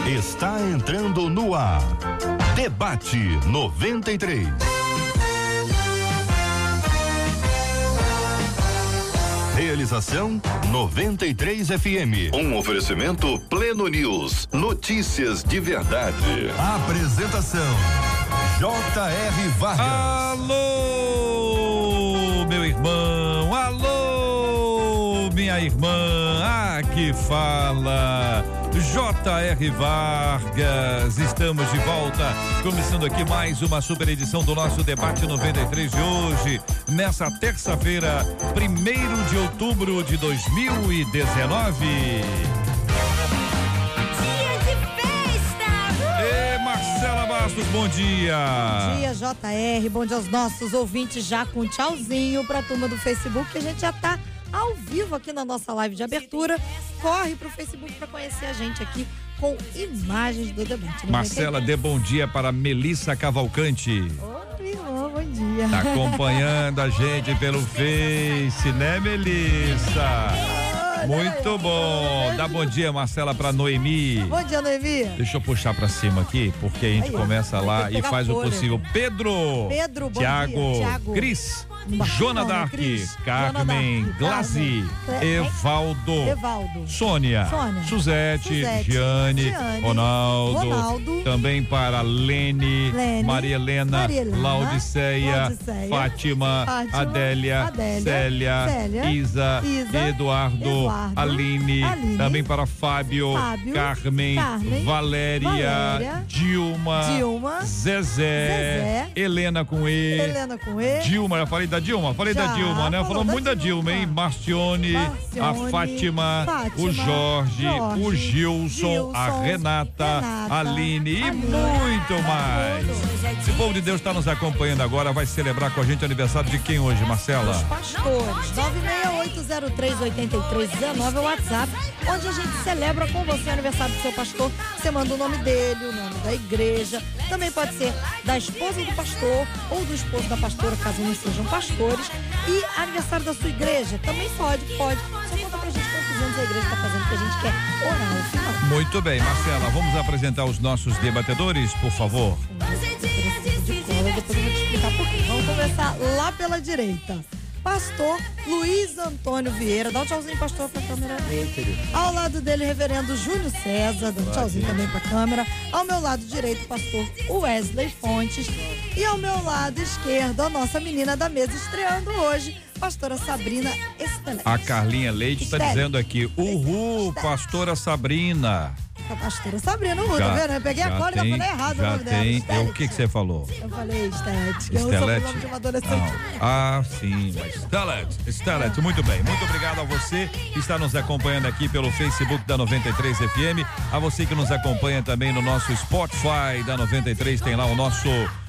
está entrando no ar. Debate 93. Realização 93 FM. Um oferecimento Pleno News. Notícias de verdade. Apresentação J.R. Vargas. Alô, meu irmão. Alô, minha irmã. Aqui fala J.R. Vargas. Estamos de volta, começando aqui mais uma super edição do nosso Debate 93 de hoje, nessa terça-feira, 1º de outubro de 2019. Marcela Bastos, bom dia. Bom dia, JR, bom dia aos nossos ouvintes, já com um tchauzinho pra turma do Facebook, que a gente já tá ao vivo aqui na nossa live de abertura. Corre pro Facebook pra conhecer a gente aqui com imagens do debate. Marcela, dê bom dia para Melissa Cavalcante. Ô, irmão, bom dia. Tá acompanhando a gente pelo Face, né, Melissa? Muito bom. Dá bom dia, Marcela, pra Noemi. Bom dia, Noemi. Deixa eu puxar pra cima aqui, porque a gente começa lá e faz o possível. Pedro, bom Tiago, Cris, Jona Dark, Carmen, Glazi, Evaldo, Sônia, Suzete, Giane, Ronaldo, também para Lene, Maria Helena, Laudiceia, Fátima, Adélia, Célia, Isa, Eduardo, Aline, também para Fábio, Carmen, Valéria, Dilma, Zezé, Helena com E, Dilma, já falei da Dilma, né? Falou muito da Dilma, hein? Marcione, a Fátima, o Jorge, o Gilson, a Renata, a Aline e muito mais. Esse povo de Deus está nos acompanhando agora, vai celebrar com a gente o aniversário de quem hoje, Marcela? Os pastores, 968038319 é o WhatsApp, onde a gente celebra com você o aniversário do seu pastor. Você manda o nome dele, o nome da igreja, também pode ser da esposa do pastor ou do esposo da pastora, caso não sejam pastores. E aniversário da sua igreja, também pode. Só conta pra gente quantos anos a igreja está fazendo, que a gente quer orar no final. Muito bem, Marcela, vamos apresentar os nossos debatedores, por favor. Depois eu vou te explicar por quê. Vamos começar lá pela direita. Pastor Luiz Antônio Vieira, dá um tchauzinho, pastor, pra câmera. Ao lado dele, reverendo Júlio César, dá um tchauzinho também pra câmera. Ao meu lado direito, pastor Wesley Fontes. E ao meu lado esquerdo, a nossa menina da mesa estreando hoje, pastora Sabrina Estelete. A Carlinha Leite está dizendo aqui, uhul, pastora Sabrina. A pastora Sabrina, tá vendo? Eu peguei a cola e já falei errado o nome dela. O que você falou? Eu falei estética. Eu sou o nome de uma adolescente. Sim, mas Estelete, muito bem. Muito obrigado a você que está nos acompanhando aqui pelo Facebook da 93 FM, a você que nos acompanha também no nosso Spotify da 93, tem lá o nosso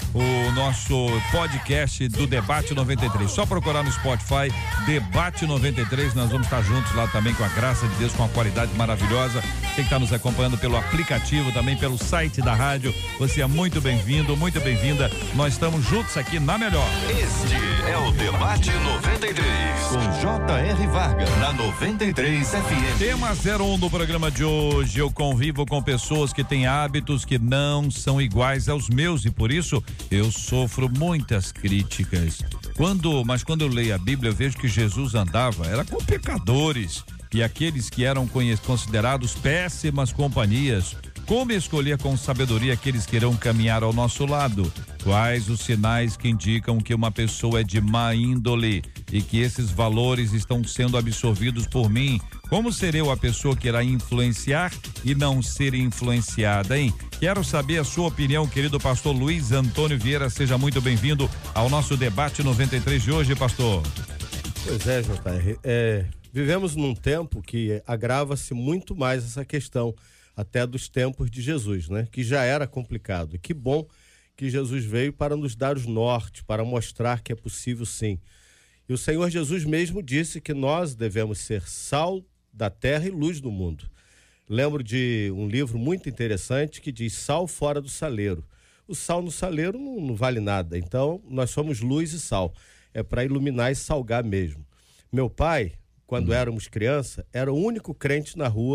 podcast do Debate 93. Só procurar no Spotify Debate 93, nós vamos estar juntos lá também, com a graça de Deus, com a qualidade maravilhosa. Quem está nos acompanhando pelo aplicativo, também pelo site da rádio, você é muito bem-vindo, muito bem-vinda. Nós estamos juntos aqui na melhor. Este é o Debate 93 com J.R. Vargas na 93 FM. Tema 01 do programa de hoje. Eu convivo com pessoas que têm hábitos que não são iguais aos meus e por isso eu sofro muitas críticas. Mas quando eu leio a Bíblia, eu vejo que Jesus andava, era com pecadores e aqueles que eram considerados péssimas companhias. Como escolher com sabedoria aqueles que irão caminhar ao nosso lado? Quais os sinais que indicam que uma pessoa é de má índole e que esses valores estão sendo absorvidos por mim? Como serei eu a pessoa que irá influenciar e não ser influenciada, hein? Quero saber a sua opinião, querido pastor Luiz Antônio Vieira. Seja muito bem-vindo ao nosso Debate 93 de hoje, pastor. Pois é, JR. Vivemos num tempo que agrava-se muito mais essa questão, até dos tempos de Jesus, né? Que já era complicado. E que bom que Jesus veio para nos dar os nortes, para mostrar que é possível sim. E o Senhor Jesus mesmo disse que nós devemos ser sal da terra e luz do mundo. Lembro de um livro muito interessante que diz sal fora do saleiro. O sal no saleiro não vale nada, então nós somos luz e sal. É para iluminar e salgar mesmo. Meu pai, quando éramos criança, era o único crente na rua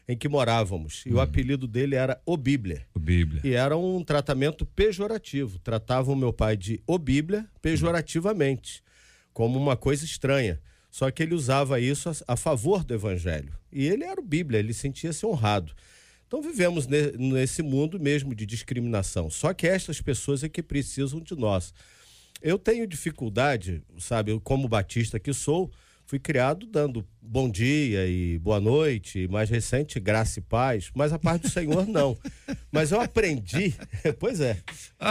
em que morávamos. E o apelido dele era O Bíblia. O Bíblia. E era um tratamento pejorativo. Tratavam meu pai de O Bíblia pejorativamente, como uma coisa estranha. Só que ele usava isso a favor do evangelho. E ele era o Bíblia, ele sentia-se honrado. Então vivemos nesse mundo mesmo de discriminação. Só que estas pessoas é que precisam de nós. Eu tenho dificuldade, sabe, eu, como batista que sou, fui criado dando bom dia e boa noite, mais recente, graça e paz, mas a paz do Senhor não. Mas eu aprendi, pois é.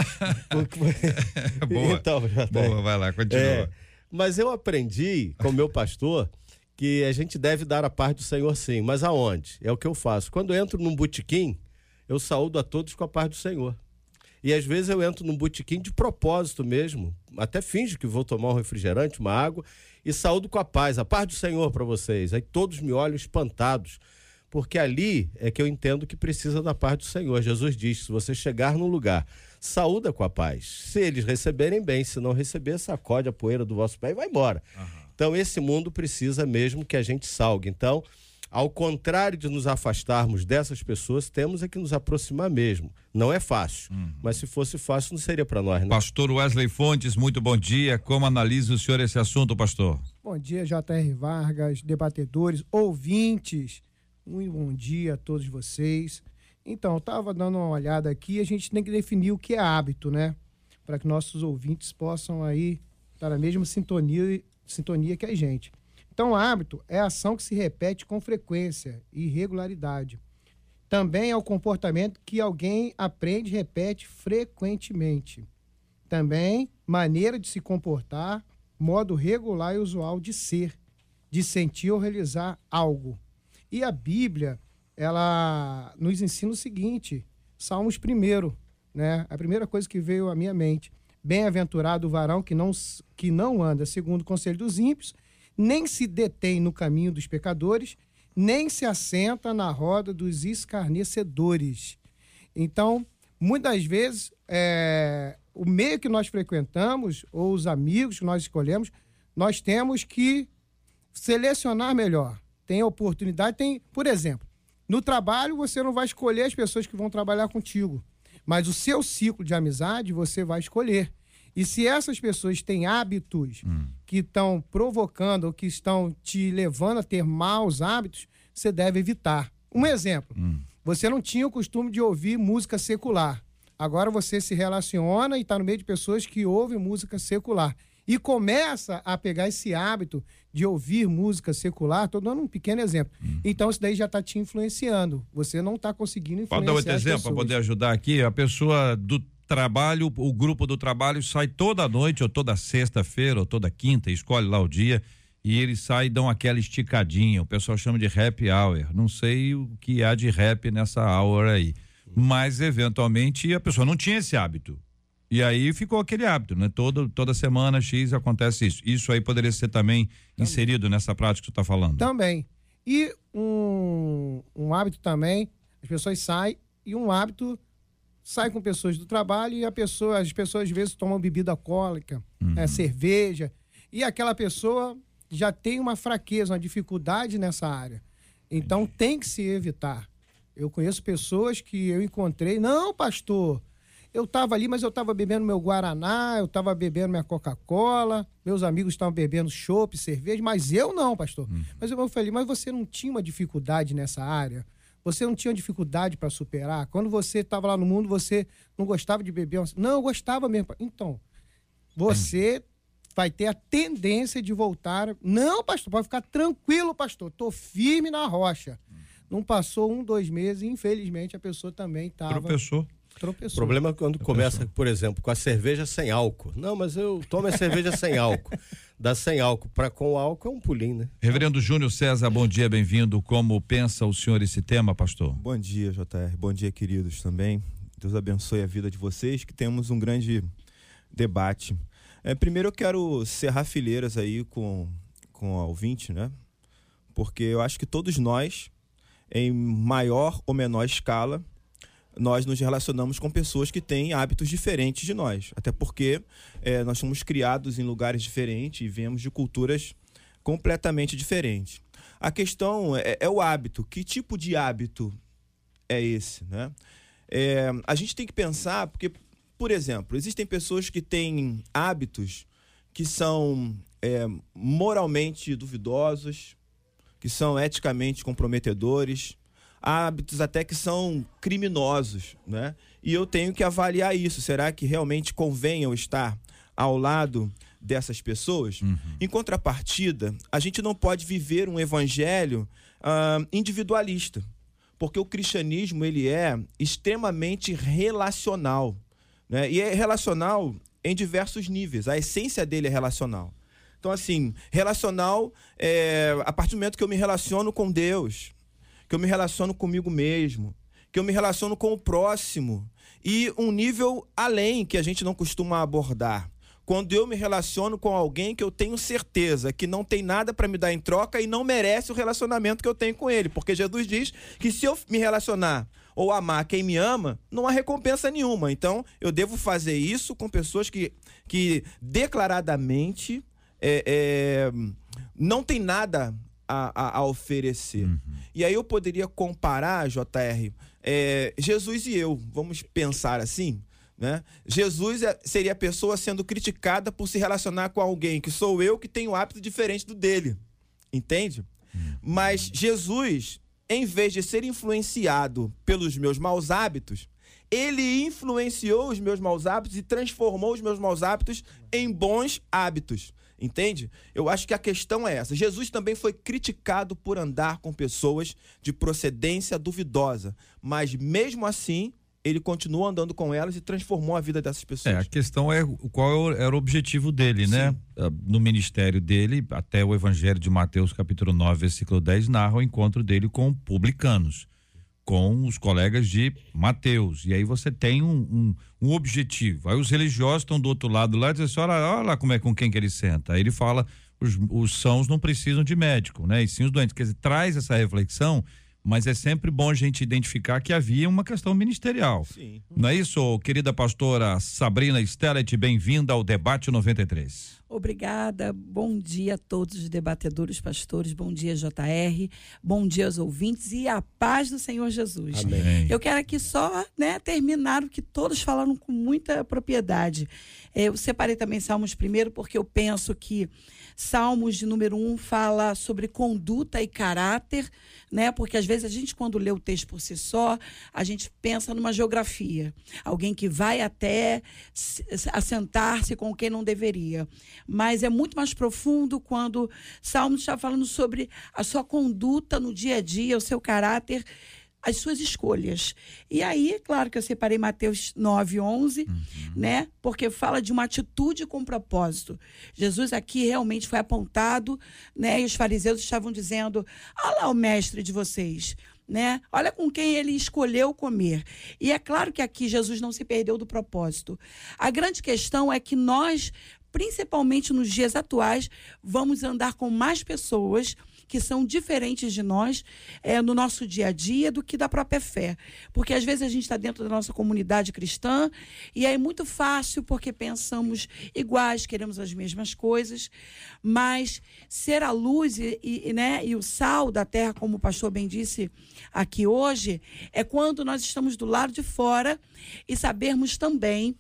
Boa, então, boa, vai lá, continua. Mas eu aprendi com meu pastor que a gente deve dar a paz do Senhor sim, mas aonde? É o que eu faço. Quando eu entro num botequim, eu saúdo a todos com a paz do Senhor. E às vezes eu entro num botequim de propósito mesmo, até finjo que vou tomar um refrigerante, uma água, e saúdo com a paz do Senhor para vocês. Aí todos me olham espantados, porque ali é que eu entendo que precisa da paz do Senhor. Jesus diz, se você chegar num lugar, saúda com a paz. Se eles receberem bem, se não receber, sacode a poeira do vosso pé e vai embora. Então esse mundo precisa mesmo que a gente salgue. Então, ao contrário de nos afastarmos dessas pessoas, temos é que nos aproximar mesmo. Não é fácil, mas se fosse fácil não seria para nós, né? Pastor Wesley Fontes, muito bom dia. Como analisa o senhor esse assunto, pastor? Bom dia, J.R. Vargas, debatedores, ouvintes. Muito bom dia a todos vocês. Então, eu estava dando uma olhada aqui, a gente tem que definir o que é hábito, né? Para que nossos ouvintes possam aí estar na mesma sintonia que a gente. Então, hábito é a ação que se repete com frequência e regularidade. Também é o comportamento que alguém aprende e repete frequentemente. Também, maneira de se comportar, modo regular e usual de ser, de sentir ou realizar algo. E a Bíblia, ela nos ensina o seguinte, Salmos 1, né? A primeira coisa que veio à minha mente. Bem-aventurado o varão que não anda segundo o conselho dos ímpios, nem se detém no caminho dos pecadores, nem se assenta na roda dos escarnecedores. Então, muitas vezes, o meio que nós frequentamos, ou os amigos que nós escolhemos, nós temos que selecionar melhor. Tem oportunidade, por exemplo, no trabalho você não vai escolher as pessoas que vão trabalhar contigo, mas o seu ciclo de amizade você vai escolher. E se essas pessoas têm hábitos que estão provocando ou que estão te levando a ter maus hábitos, você deve evitar. Um exemplo, você não tinha o costume de ouvir música secular. Agora você se relaciona e está no meio de pessoas que ouvem música secular. E começa a pegar esse hábito de ouvir música secular, estou dando um pequeno exemplo. Então isso daí já está te influenciando. Você não está conseguindo influenciar. Pode dar outro exemplo para poder ajudar aqui? A pessoa do trabalho, o grupo do trabalho sai toda noite, ou toda sexta-feira, ou toda quinta, escolhe lá o dia, e eles saem e dão aquela esticadinha. O pessoal chama de happy hour. Não sei o que há de rap nessa hour aí. Mas, eventualmente, a pessoa não tinha esse hábito. E aí ficou aquele hábito, né? Toda semana X acontece isso. Isso aí poderia ser também inserido nessa prática que você está falando. Também. E um hábito também, as pessoas saem, e um hábito sai com pessoas do trabalho e as pessoas às vezes tomam bebida alcoólica, cerveja, e aquela pessoa já tem uma fraqueza, uma dificuldade nessa área. Então tem que se evitar. Eu conheço pessoas que eu encontrei, não, pastor, eu estava ali, mas eu estava bebendo meu Guaraná, eu estava bebendo minha Coca-Cola, meus amigos estavam bebendo chopp, cerveja, mas eu não, pastor. Mas eu falei, mas você não tinha uma dificuldade nessa área? Você não tinha dificuldade para superar? Quando você estava lá no mundo, você não gostava de beber? Não, eu gostava mesmo. Então, você vai ter a tendência de voltar. Não, pastor, pode ficar tranquilo, pastor. Estou firme na rocha. Não passou 1-2 meses e, infelizmente, a pessoa também estava... Tropeçou. O problema é quando começa, por exemplo, com a cerveja sem álcool. Não, mas eu tomo a cerveja sem álcool. Dá sem álcool. Para com álcool é um pulinho, né? Reverendo Júnior César, bom dia, bem-vindo. Como pensa o senhor esse tema, pastor? Bom dia, JR. Bom dia, queridos, também. Deus abençoe a vida de vocês, que temos um grande debate. Primeiro eu quero cerrar fileiras aí com o ouvinte, né? Porque eu acho que todos nós, em maior ou menor escala, nós nos relacionamos com pessoas que têm hábitos diferentes de nós. Até porque nós somos criados em lugares diferentes e viemos de culturas completamente diferentes. A questão é o hábito. Que tipo de hábito é esse, né? A gente tem que pensar, porque, por exemplo, existem pessoas que têm hábitos que são moralmente duvidosos, que são eticamente comprometedores, hábitos até que são criminosos, né? E eu tenho que avaliar isso. Será que realmente convém eu estar ao lado dessas pessoas? Em contrapartida, a gente não pode viver um evangelho individualista, porque o cristianismo ele é extremamente relacional, né? E é relacional em diversos níveis. A essência dele é relacional. Então, assim, relacional a partir do momento que eu me relaciono com Deus, que eu me relaciono comigo mesmo, que eu me relaciono com o próximo, e um nível além que a gente não costuma abordar. Quando eu me relaciono com alguém que eu tenho certeza que não tem nada para me dar em troca e não merece o relacionamento que eu tenho com ele. Porque Jesus diz que se eu me relacionar ou amar quem me ama, não há recompensa nenhuma. Então, eu devo fazer isso com pessoas que declaradamente não tem nada a oferecer. E aí eu poderia comparar, JR, Jesus e eu, vamos pensar assim, né? Jesus seria a pessoa sendo criticada por se relacionar com alguém que sou eu, que tenho um hábito diferente do dele, entende? Mas Jesus, em vez de ser influenciado pelos meus maus hábitos, ele influenciou os meus maus hábitos e transformou os meus maus hábitos em bons hábitos. Entende? Eu acho que a questão é essa. Jesus também foi criticado por andar com pessoas de procedência duvidosa, mas mesmo assim ele continuou andando com elas e transformou a vida dessas pessoas. A questão é qual era o objetivo dele, né? No ministério dele, até o Evangelho de Mateus, capítulo 9, versículo 10, narra o encontro dele com publicanos, com os colegas de Mateus. E aí você tem um objetivo. Aí os religiosos estão do outro lado lá e dizem assim, olha lá com quem que ele senta. Aí ele fala, os sãos não precisam de médico, né? E sim os doentes. Quer dizer, traz essa reflexão, mas é sempre bom a gente identificar que havia uma questão ministerial. Sim. Não é isso, querida pastora Sabrina Stellet? Bem-vinda ao Debate 93. Obrigada, bom dia a todos os debatedores, pastores, bom dia JR, bom dia aos ouvintes e a paz do Senhor Jesus. Amém. Eu quero aqui só terminar o que todos falaram com muita propriedade. Eu separei também Salmos primeiro porque eu penso que Salmos de número 1 fala sobre conduta e caráter, né? Porque às vezes a gente, quando lê o texto por si só, a gente pensa numa geografia. Alguém que vai até assentar-se com quem não deveria. Mas é muito mais profundo quando Salmos está falando sobre a sua conduta no dia a dia, o seu caráter, as suas escolhas. E aí, claro que eu separei Mateus 9:11, né? Porque fala de uma atitude com propósito. Jesus aqui realmente foi apontado, né? E os fariseus estavam dizendo, olha lá o mestre de vocês, né? Olha com quem ele escolheu comer. E é claro que aqui Jesus não se perdeu do propósito. A grande questão é que nós, principalmente nos dias atuais, vamos andar com mais pessoas que são diferentes de nós no nosso dia a dia do que da própria fé. Porque às vezes a gente está dentro da nossa comunidade cristã e é muito fácil porque pensamos iguais, queremos as mesmas coisas, mas ser a luz e o sal da terra, como o pastor bem disse aqui hoje, é quando nós estamos do lado de fora e sabermos também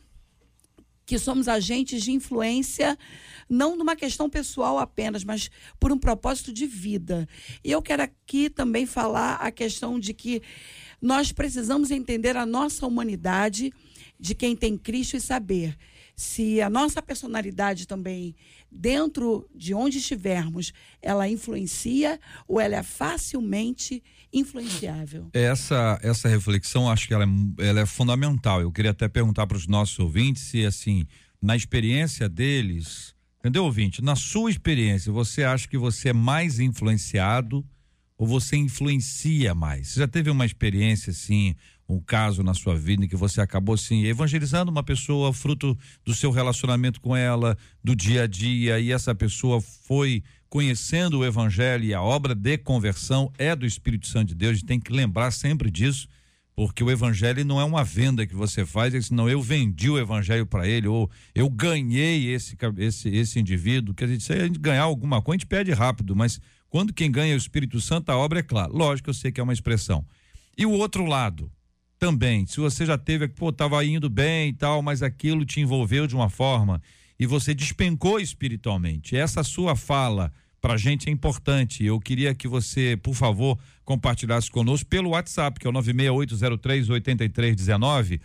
que somos agentes de influência, não numa questão pessoal apenas, mas por um propósito de vida. E eu quero aqui também falar a questão de que nós precisamos entender a nossa humanidade de quem tem Cristo e saber se a nossa personalidade também, dentro de onde estivermos, ela influencia ou ela é facilmente influenciável. Essa reflexão, acho que ela é fundamental. Eu queria até perguntar para os nossos ouvintes se, assim, na experiência deles, entendeu, ouvinte? Na sua experiência, você acha que você é mais influenciado ou você influencia mais? Você já teve uma experiência, assim, um caso na sua vida em que você acabou, assim, evangelizando uma pessoa, fruto do seu relacionamento com ela, do dia a dia, e essa pessoa foi conhecendo o evangelho e a obra de conversão é do Espírito Santo de Deus? A gente tem que lembrar sempre disso, porque o evangelho não é uma venda que você faz, senão eu vendi o evangelho para ele, ou eu ganhei esse indivíduo. Quer dizer, se a gente ganhar alguma coisa, a gente perde rápido, mas Quando quem ganha é o Espírito Santo, a obra é clara. Lógico, eu sei que é uma expressão. E o outro lado, também, se você já teve, estava indo bem e tal, mas aquilo te envolveu de uma forma e você despencou espiritualmente. Essa sua fala pra gente é importante. Eu queria que você, por favor, compartilhasse conosco pelo WhatsApp, que é o 96803-8319,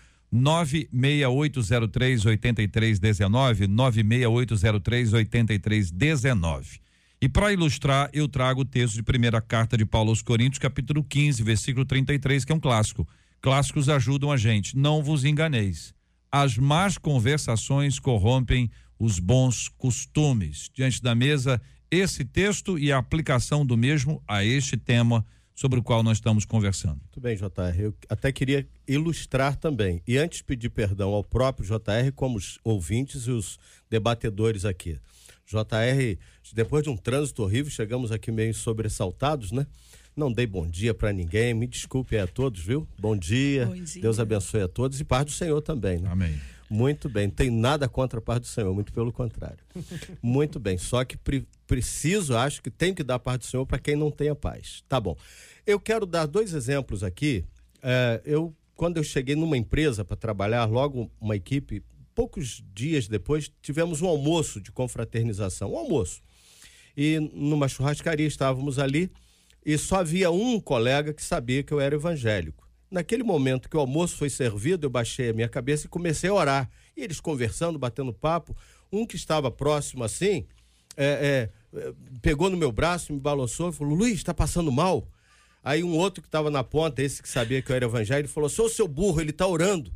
96803-8319, 96803-8319. E para ilustrar, eu trago o texto de primeira carta de Paulo aos Coríntios, capítulo 15, versículo 33, que é um clássico. Clássicos ajudam a gente. Não vos enganeis. As más conversações corrompem os bons costumes. Diante da mesa, esse texto e a aplicação do mesmo a este tema sobre o qual nós estamos conversando. Muito bem, JR. Eu até queria ilustrar também. E antes pedir perdão ao próprio JR, como os ouvintes e os debatedores aqui. JR, depois de um trânsito horrível, chegamos aqui meio sobressaltados, né? Não dei bom dia para ninguém, me desculpe a todos, viu? Bom dia. Bom dia. Deus abençoe a todos e paz do Senhor também, né? Amém. Muito bem, não tem nada contra a paz do Senhor, muito pelo contrário. Muito bem, só que acho que tem que dar a paz do Senhor para quem não tem a paz. Tá bom. Eu quero dar 2 exemplos aqui. Quando eu cheguei numa empresa para trabalhar, logo uma equipe, poucos dias depois, tivemos um almoço de confraternização, um almoço. E numa churrascaria estávamos ali e só havia um colega que sabia que eu era evangélico. Naquele momento que o almoço foi servido, eu baixei a minha cabeça e comecei a orar. E eles conversando, batendo papo. Um que estava próximo assim, pegou no meu braço, me balançou e falou: Luiz, está passando mal? Aí um outro que estava na ponta, esse que sabia que eu era evangélico, falou: sou seu burro, ele está orando.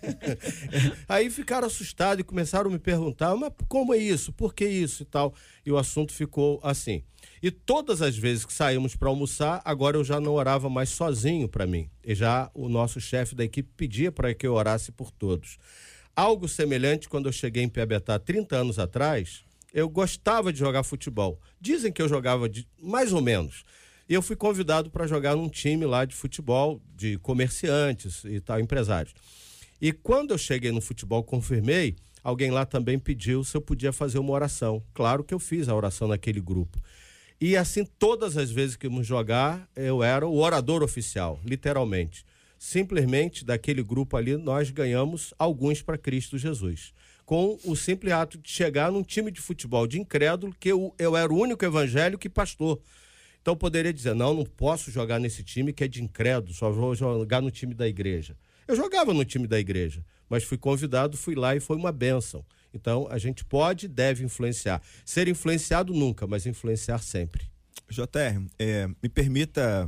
Aí ficaram assustados e começaram a me perguntar: mas como é isso? Por que isso e tal? E o assunto ficou assim. E todas as vezes que saímos para almoçar, agora eu já não orava mais sozinho para mim. E já o nosso chefe da equipe pedia para que eu orasse por todos. Algo semelhante quando eu cheguei em Piabetá 30 anos atrás, eu gostava de jogar futebol. Dizem que eu jogava mais ou menos. E eu fui convidado para jogar num time lá de futebol, de comerciantes e tal, empresários. E quando eu cheguei no futebol, confirmei, alguém lá também pediu se eu podia fazer uma oração. Claro que eu fiz a oração naquele grupo. E assim, todas as vezes que íamos jogar, eu era o orador oficial, literalmente. Simplesmente, daquele grupo ali, nós ganhamos alguns para Cristo Jesus. Com o simples ato de chegar num time de futebol de incrédulo, que eu era o único evangélico e pastor. Então, eu poderia dizer: não posso jogar nesse time que é de incrédulo, só vou jogar no time da igreja. Eu jogava no time da igreja, mas fui convidado, fui lá e foi uma bênção. Então, a gente pode e deve influenciar. Ser influenciado nunca, mas influenciar sempre. JR, me permita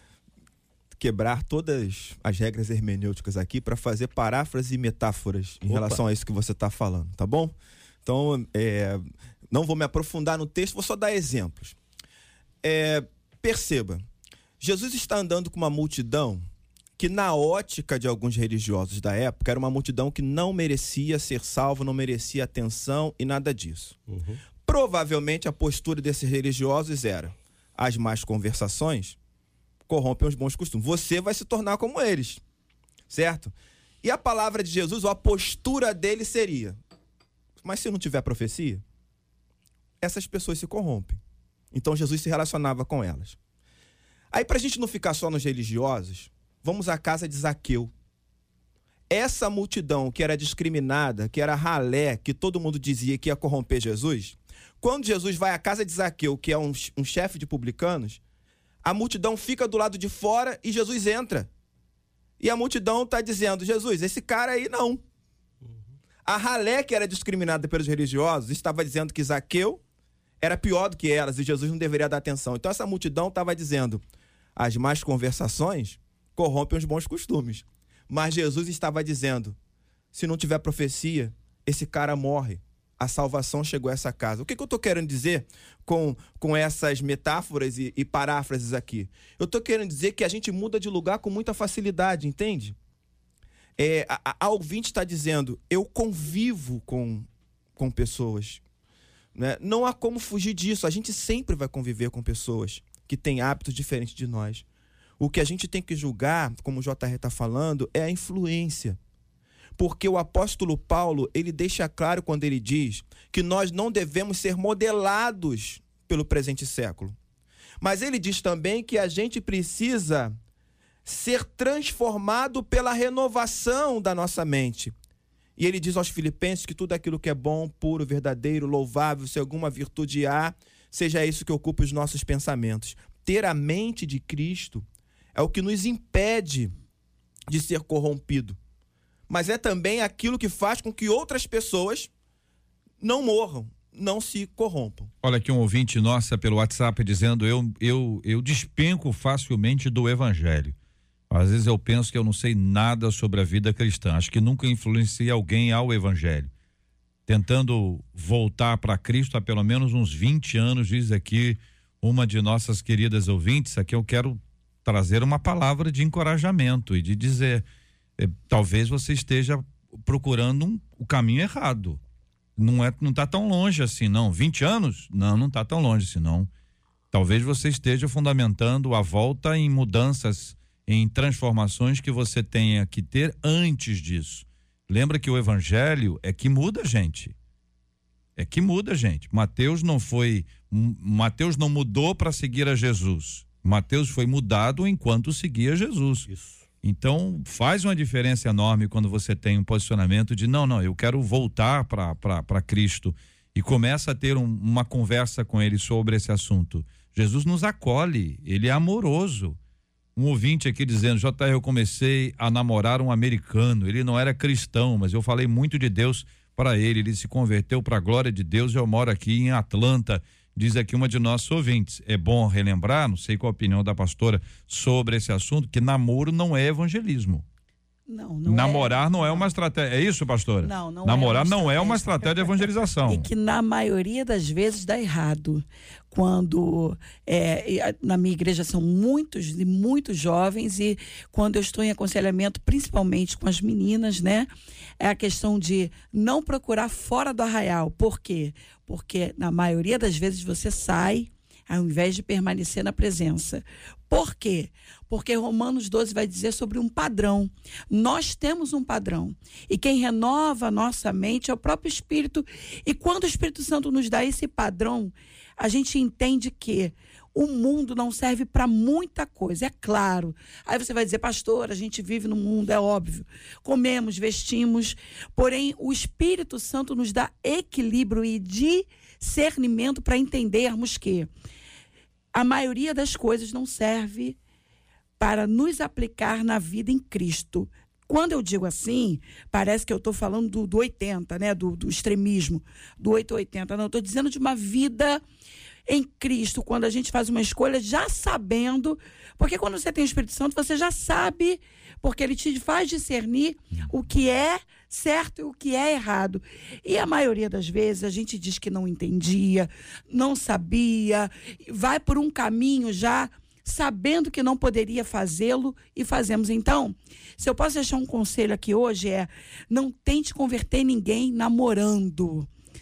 quebrar todas as regras hermenêuticas aqui para fazer paráfrases e metáforas em relação a isso que você está falando, tá bom? Então, não vou me aprofundar no texto, vou só dar exemplos. Perceba, Jesus está andando com uma multidão que, na ótica de alguns religiosos da época, era uma multidão que não merecia ser salvo, não merecia atenção e nada disso. Uhum. Provavelmente a postura desses religiosos era: as más conversações corrompem os bons costumes. Você vai se tornar como eles, certo? E a palavra de Jesus, ou a postura dele seria: mas se não tiver profecia, essas pessoas se corrompem. Então Jesus se relacionava com elas. Aí, pra gente não ficar só nos religiosos, vamos à casa de Zaqueu. Essa multidão que era discriminada, que era ralé, que todo mundo dizia que ia corromper Jesus, quando Jesus vai à casa de Zaqueu, que é um chefe de publicanos, a multidão fica do lado de fora e Jesus entra. E a multidão está dizendo: Jesus, esse cara aí não. A ralé, que era discriminada pelos religiosos, estava dizendo que Zaqueu era pior do que elas e Jesus não deveria dar atenção. Então essa multidão estava dizendo: as más conversações corrompem os bons costumes. Mas Jesus estava dizendo: se não tiver profecia, esse cara morre. A salvação chegou a essa casa. O que eu estou querendo dizer com essas metáforas e paráfrases aqui? Eu estou querendo dizer que a gente muda de lugar com muita facilidade, entende? A ouvinte está dizendo: eu convivo com pessoas. Né? Não há como fugir disso. A gente sempre vai conviver com pessoas que têm hábitos diferentes de nós. O que a gente tem que julgar, como o JR está falando, é a influência. Porque o apóstolo Paulo, ele deixa claro quando ele diz que nós não devemos ser modelados pelo presente século, Mas ele diz também que a gente precisa ser transformado pela renovação da nossa mente. E ele diz aos Filipenses que tudo aquilo que é bom, puro, verdadeiro, louvável, se alguma virtude há, seja isso que ocupe os nossos pensamentos. Ter a mente de Cristo é o que nos impede de ser corrompido. Mas é também aquilo que faz com que outras pessoas não morram, não se corrompam. Olha aqui um ouvinte nossa pelo WhatsApp dizendo: eu despenco facilmente do evangelho. Às vezes eu penso que eu não sei nada sobre a vida cristã. Acho que nunca influenciei alguém ao evangelho. Tentando voltar para Cristo há pelo menos uns 20 anos, diz aqui uma de nossas queridas ouvintes. Aqui eu quero trazer uma palavra de encorajamento e de dizer, talvez você esteja procurando o caminho errado. Não tá tão longe assim, não. 20 anos? Não tá tão longe assim, não. Talvez você esteja fundamentando a volta em mudanças, em transformações que você tenha que ter antes disso. Lembra que o evangelho é que muda a gente. É que muda a gente. Mateus não mudou para seguir a Jesus. Mateus foi mudado enquanto seguia Jesus. Isso. Então faz uma diferença enorme quando você tem um posicionamento de não, eu quero voltar para Cristo e começa a ter uma conversa com ele sobre esse assunto. Jesus nos acolhe, ele é amoroso. Um ouvinte aqui dizendo: JR, eu comecei a namorar um americano, ele não era cristão, mas eu falei muito de Deus para ele se converteu para a glória de Deus. Eu moro aqui em Atlanta, diz aqui uma de nossos ouvintes. É bom relembrar, não sei qual a opinião da pastora sobre esse assunto, que namoro não é evangelismo. Não namorar não é uma estratégia. É isso, pastora? Não namorar não é uma estratégia de evangelização. E que na maioria das vezes dá errado. Quando na minha igreja são muitos jovens, e quando eu estou em aconselhamento, principalmente com as meninas, né? É a questão de não procurar fora do arraial. Por quê? Porque na maioria das vezes você sai ao invés de permanecer na presença. Por quê? Porque Romanos 12 vai dizer sobre um padrão. Nós temos um padrão. E quem renova a nossa mente é o próprio Espírito. E quando o Espírito Santo nos dá esse padrão, a gente entende que o mundo não serve para muita coisa, é claro. Aí você vai dizer: pastor, a gente vive no mundo, é óbvio. Comemos, vestimos, porém o Espírito Santo nos dá equilíbrio e discernimento para entendermos que a maioria das coisas não serve para nos aplicar na vida em Cristo. Quando eu digo assim, parece que eu estou falando do 80, né? Do extremismo, do 880. Não, eu estou dizendo de uma vida em Cristo, quando a gente faz uma escolha já sabendo, porque quando você tem o Espírito Santo, você já sabe, porque ele te faz discernir o que é certo e o que é errado. E a maioria das vezes a gente diz que não entendia, não sabia, vai por um caminho já sabendo que não poderia fazê-lo e fazemos. Então, se eu posso deixar um conselho aqui hoje não tente converter ninguém namorando.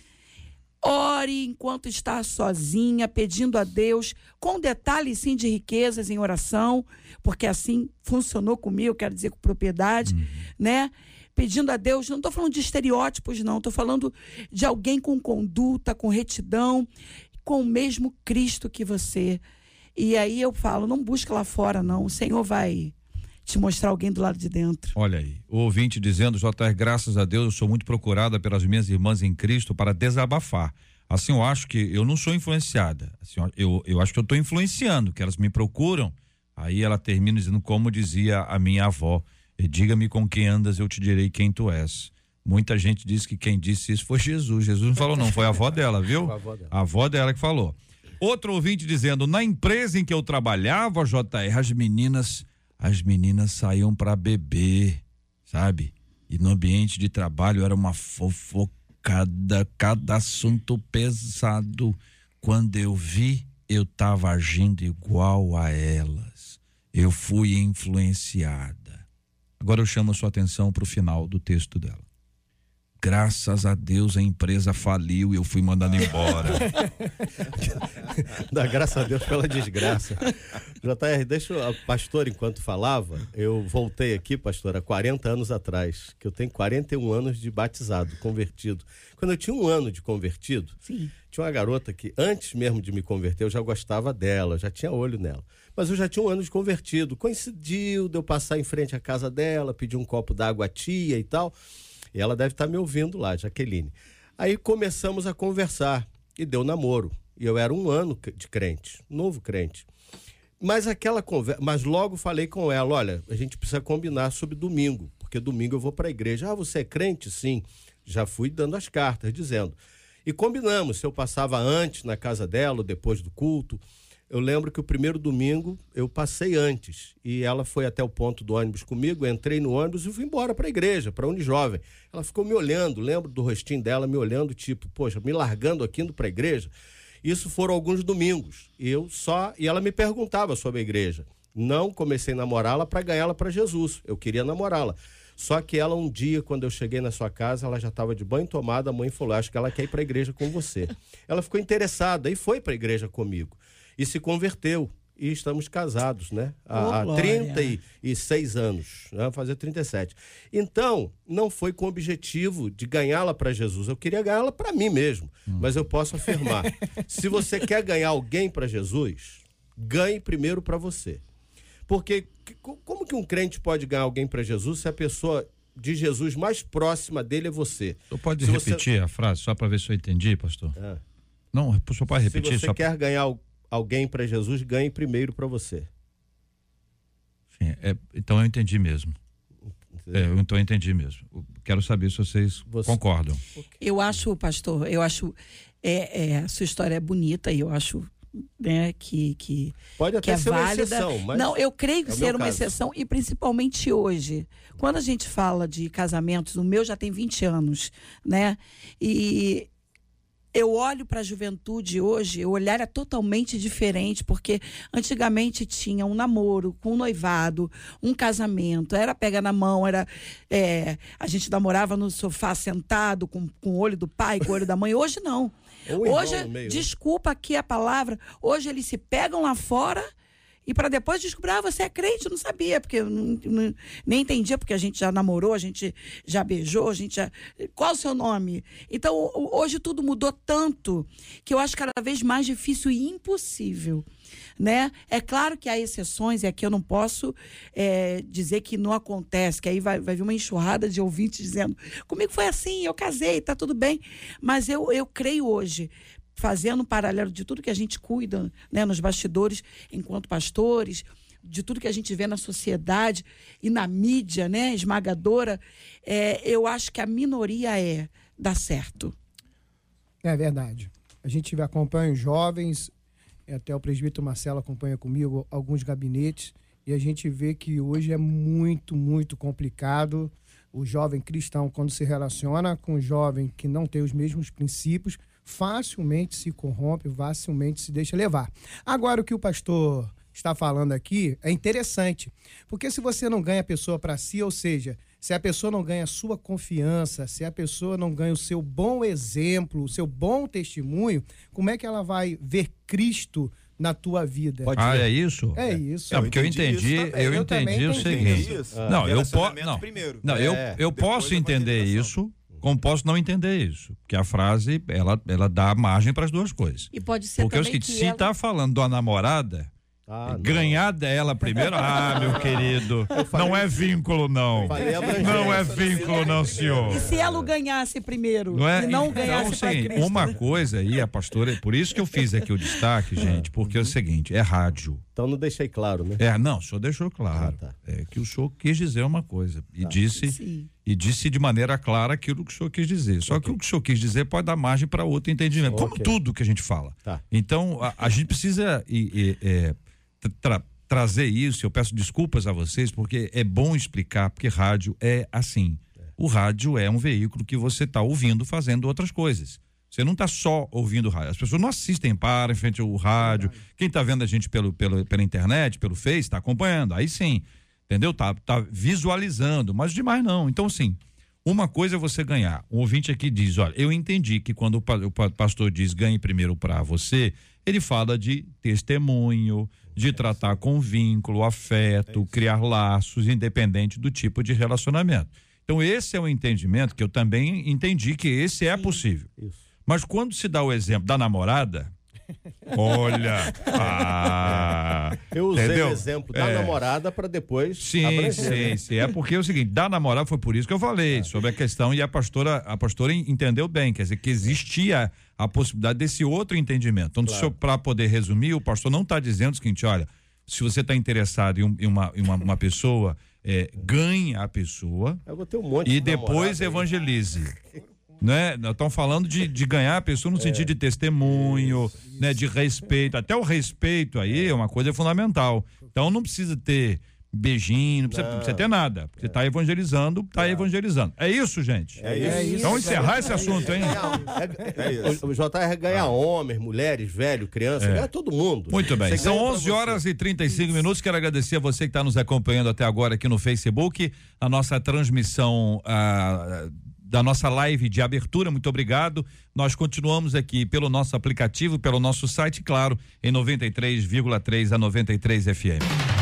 Ore enquanto está sozinha, pedindo a Deus, com detalhes sim de riquezas em oração, porque assim funcionou comigo, quero dizer com propriedade, né? Pedindo a Deus, não estou falando de estereótipos não, estou falando de alguém com conduta, com retidão, com o mesmo Cristo que você. E aí eu falo, não busca lá fora não, o Senhor vai te mostrar alguém do lado de dentro. Olha aí, o ouvinte dizendo: JR, graças a Deus eu sou muito procurada pelas minhas irmãs em Cristo para desabafar. Assim, eu acho que eu não sou influenciada. Assim, eu acho que eu estou influenciando, que elas me procuram. Aí ela termina dizendo, como dizia a minha avó: diga-me com quem andas, eu te direi quem tu és. Muita gente diz que quem disse isso foi Jesus. Jesus não falou não, foi a avó dela, viu? A avó dela que falou. Outro ouvinte dizendo: na empresa em que eu trabalhava, JR, as meninas saíam para beber, sabe? E no ambiente de trabalho era uma fofocada, cada assunto pesado. Quando eu vi, eu estava agindo igual a elas. Eu fui influenciada. Agora eu chamo a sua atenção para o final do texto dela. graças a Deus a empresa faliu e eu fui mandado embora. Dá graças a Deus pela desgraça. JR, deixa o pastor, enquanto falava, eu voltei aqui, pastor, há 40 anos atrás, que eu tenho 41 anos de batizado, convertido. Quando eu tinha 1 ano de convertido, Sim. tinha uma garota que, antes mesmo de me converter, eu já gostava dela, já tinha olho nela. Mas eu já tinha 1 ano de convertido. Coincidiu de eu passar em frente à casa dela, pedir um copo d'água à tia e tal. E ela deve estar me ouvindo lá, Jaqueline. Aí começamos a conversar e deu namoro. E eu era 1 ano de crente, novo crente. Mas aquela conversa, mas logo falei com ela, olha, a gente precisa combinar sobre domingo, porque domingo eu vou para a igreja. Ah, você é crente? Sim. Já fui dando as cartas, dizendo. E combinamos, se eu passava antes na casa dela, ou depois do culto. Eu lembro que o primeiro domingo eu passei antes e ela foi até o ponto do ônibus comigo, eu entrei no ônibus e fui embora para a igreja, para a Unijovem. Ela ficou me olhando, lembro do rostinho dela me olhando, tipo, poxa, me largando aqui indo para a igreja. Isso foram alguns domingos. E ela me perguntava sobre a igreja. Não comecei a namorá-la para ganhá-la para Jesus, eu queria namorá-la. Só que ela um dia, quando eu cheguei na sua casa, ela já estava de banho tomado, a mãe falou, acho que ela quer ir para a igreja com você. Ela ficou interessada e foi para a igreja comigo. E se converteu. E estamos casados, né? Há 36 anos. Né? Vou fazer 37. Então, não foi com o objetivo de ganhá-la para Jesus. Eu queria ganhá-la para mim mesmo. Mas eu posso afirmar. Se você quer ganhar alguém para Jesus, ganhe primeiro para você. Porque como que um crente pode ganhar alguém para Jesus se a pessoa de Jesus mais próxima dele é você? Você pode repetir a frase, só para ver se eu entendi, pastor? Não, o senhor pode repetir? Se você quer ganhar alguém para Jesus, ganhe primeiro para você. Sim, então eu entendi mesmo. Então eu entendi mesmo. Quero saber se vocês concordam. Eu acho, pastor, a sua história é bonita e eu acho, né, que pode até ser válida. Uma exceção, mas não, eu creio que ser uma caso. exceção, e principalmente hoje. Quando a gente fala de casamentos, o meu já tem 20 anos, né? E eu olho para a juventude hoje, o olhar é totalmente diferente, porque antigamente tinha um namoro, com um noivado, um casamento, era pega na mão, a gente namorava no sofá sentado, com o olho do pai, com o olho da mãe. Hoje não. Hoje, desculpa aqui a palavra, hoje eles se pegam lá fora e para depois descobrir, você é crente, eu não sabia, porque eu nem entendia, porque a gente já namorou, a gente já beijou, qual o seu nome? Então, hoje tudo mudou tanto, que eu acho cada vez mais difícil e impossível, né? É claro que há exceções, e aqui eu não posso dizer que não acontece, que aí vai vir uma enxurrada de ouvintes dizendo, comigo foi assim, eu casei, tá tudo bem, mas eu creio hoje, fazendo um paralelo de tudo que a gente cuida, né, nos bastidores, enquanto pastores, de tudo que a gente vê na sociedade e na mídia, né, esmagadora, eu acho que a minoria dá certo. É verdade. A gente acompanha os jovens, até o presbítero Marcelo acompanha comigo alguns gabinetes, e a gente vê que hoje é muito, muito complicado o jovem cristão, quando se relaciona com o jovem que não tem os mesmos princípios, facilmente se corrompe, facilmente se deixa levar. Agora, o que o pastor está falando aqui é interessante, porque se você não ganha a pessoa para si, ou seja, se a pessoa não ganha a sua confiança, se a pessoa não ganha o seu bom exemplo, o seu bom testemunho, como é que ela vai ver Cristo na tua vida? É isso? É isso. Porque eu entendi o seguinte. Eu posso entender isso, como posso não entender isso, porque a frase, ela dá margem para as duas coisas. E pode ser porque também se tá falando de uma namorada, ganhar dela primeiro, meu querido, não é vínculo não. Não é vínculo não, senhor. E se ela ganhasse primeiro e não ganhasse para Cristo? Uma coisa aí, a pastora, por isso que eu fiz aqui o destaque, gente, porque é o seguinte, é rádio. Então não deixei claro, né? Não, o senhor deixou claro. É que o senhor quis dizer uma coisa e disse de maneira clara aquilo que o senhor quis dizer. Só que o que o senhor quis dizer pode dar margem para outro entendimento, como tudo que a gente fala. Então, a gente precisa trazer isso. Eu peço desculpas a vocês, porque é bom explicar, porque rádio é assim. O rádio é um veículo que você está ouvindo fazendo outras coisas. Você não está só ouvindo rádio. As pessoas não assistem para em frente ao rádio. Quem está vendo a gente pela internet, pelo Face, está acompanhando. Aí sim, entendeu? Tá visualizando, mas demais não. Então, assim, Uma coisa é você ganhar. O ouvinte aqui diz, olha, eu entendi que quando o pastor diz ganhe primeiro para você, ele fala de testemunho, de tratar com vínculo, afeto, criar laços, independente do tipo de relacionamento. Então esse é um entendimento que eu também entendi que esse é possível. Isso. Mas quando se dá o exemplo da namorada, olha, eu usei o exemplo da namorada para depois. Sim. É porque é o seguinte, da namorada foi por isso que eu falei sobre a questão, e a pastora entendeu bem, quer dizer, que existia a possibilidade desse outro entendimento. Então, para poder resumir, o pastor não está dizendo o seguinte, olha, se você está interessado em uma pessoa, ganhe a pessoa e depois evangelize. Né? Nós estamos falando de ganhar a pessoa no sentido de testemunho, né? De respeito, até o respeito aí é uma coisa fundamental. Então não precisa ter beijinho, não precisa ter nada, porque está evangelizando, evangelizando. É isso, gente? É isso. Vamos encerrar esse assunto, hein? O JR ganha homens, mulheres, velho, criança, ganha todo mundo. Muito bem, são 11h35. Quero agradecer a você que está nos acompanhando até agora aqui no Facebook, a nossa transmissão da nossa live de abertura, muito obrigado. Nós continuamos aqui pelo nosso aplicativo, pelo nosso site, claro, em 93,3 a 93 FM.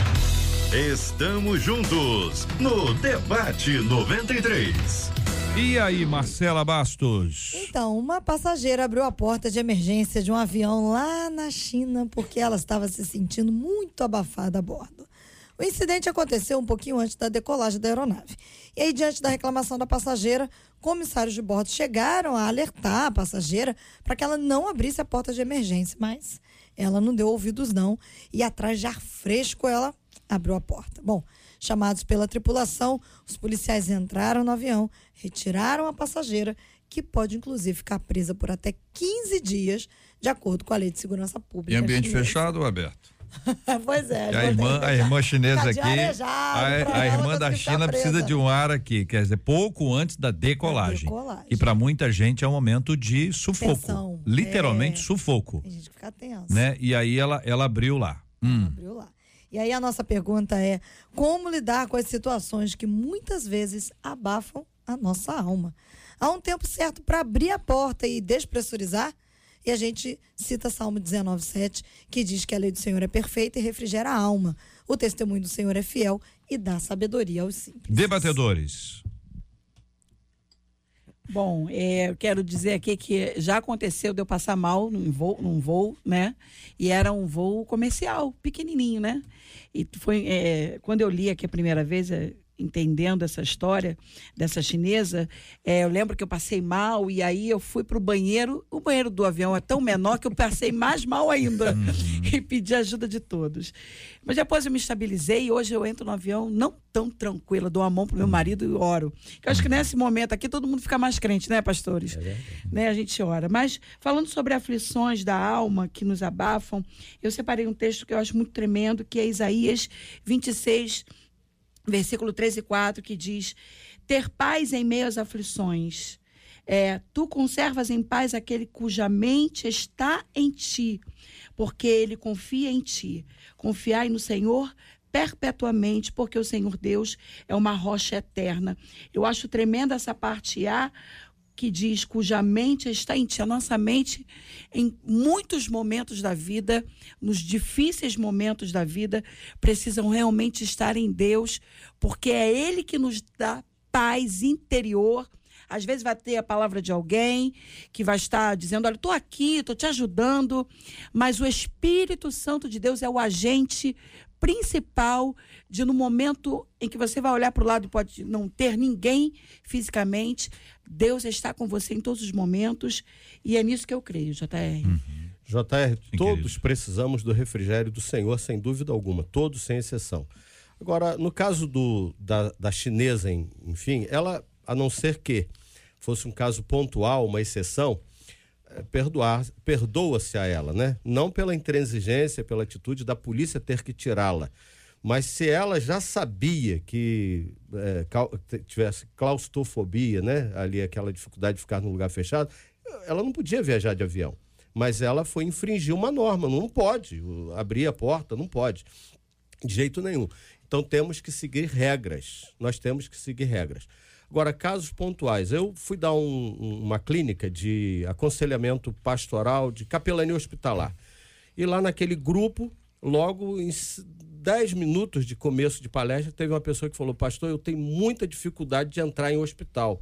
Estamos juntos no Debate 93. E aí, Marcela Bastos? Então, uma passageira abriu a porta de emergência de um avião lá na China porque ela estava se sentindo muito abafada a bordo. O incidente aconteceu um pouquinho antes da decolagem da aeronave. E aí, diante da reclamação da passageira, comissários de bordo chegaram a alertar a passageira para que ela não abrisse a porta de emergência, mas ela não deu ouvidos não, e atrás de ar fresco ela abriu a porta. Bom, chamados pela tripulação, os policiais entraram no avião, retiraram a passageira, que pode inclusive ficar presa por até 15 dias, de acordo com a Lei de Segurança Pública. Em ambiente chinesa. Fechado ou aberto? Pois é. A irmã chinesa aqui, a irmã da China precisa de um ar aqui, quer dizer, pouco antes da decolagem. Que para muita gente é um momento de sufoco. Tensão. Literalmente sufoco. Tem gente que fica tenso. Né? E aí ela abriu lá. Abriu lá. E aí a nossa pergunta é: como lidar com as situações que muitas vezes abafam a nossa alma? Há um tempo certo para abrir a porta e despressurizar? E a gente cita Salmo 19:7, que diz que a lei do Senhor é perfeita e refrigera a alma. O testemunho do Senhor é fiel e dá sabedoria aos simples. Debatedores. Bom, eu quero dizer aqui que já aconteceu de eu passar mal num voo, né? E era um voo comercial, pequenininho, né? E foi quando eu li aqui a primeira vez, entendendo essa história dessa chinesa, eu lembro que eu passei mal e aí eu fui pro banheiro. O banheiro do avião é tão menor que eu passei mais mal ainda e pedi ajuda de todos. Mas depois eu me estabilizei e hoje eu entro no avião não tão tranquila, dou a mão pro meu marido e oro. Eu acho que nesse momento aqui todo mundo fica mais crente, né, pastores? Né, a gente ora. Mas falando sobre aflições da alma que nos abafam, eu separei um texto que eu acho muito tremendo, que é Isaías 26, versículo 3 e 4, que diz: ter paz em meio às aflições. Tu conservas em paz aquele cuja mente está em ti, porque ele confia em ti. Confiai no Senhor perpetuamente, porque o Senhor Deus é uma rocha eterna. Eu acho tremenda essa parte A, que diz cuja mente está em ti. A nossa mente, em muitos momentos da vida, nos difíceis momentos da vida, precisam realmente estar em Deus, porque é Ele que nos dá paz interior. Às vezes vai ter a palavra de alguém que vai estar dizendo: olha, estou aqui, estou te ajudando, mas o Espírito Santo de Deus é o agente principal de, no momento em que você vai olhar para o lado e pode não ter ninguém fisicamente, Deus está com você em todos os momentos, e é nisso que eu creio, JR. JR, todos precisamos do refrigério do Senhor, sem dúvida alguma, todos sem exceção. Agora, no caso da chinesa, enfim, ela, a não ser que fosse um caso pontual, uma exceção, perdoa-se a ela, né? Não pela intransigência, pela atitude da polícia ter que tirá-la, mas se ela já sabia que tivesse claustrofobia, né? Ali aquela dificuldade de ficar num lugar fechado, ela não podia viajar de avião, mas ela foi infringir uma norma, não pode abrir a porta, não pode. De jeito nenhum. Então temos que seguir regras. Nós temos que seguir regras. Agora, casos pontuais. Eu fui dar uma clínica de aconselhamento pastoral, de capelania hospitalar. E lá naquele grupo, logo em 10 minutos de começo de palestra, teve uma pessoa que falou: pastor, eu tenho muita dificuldade de entrar em hospital.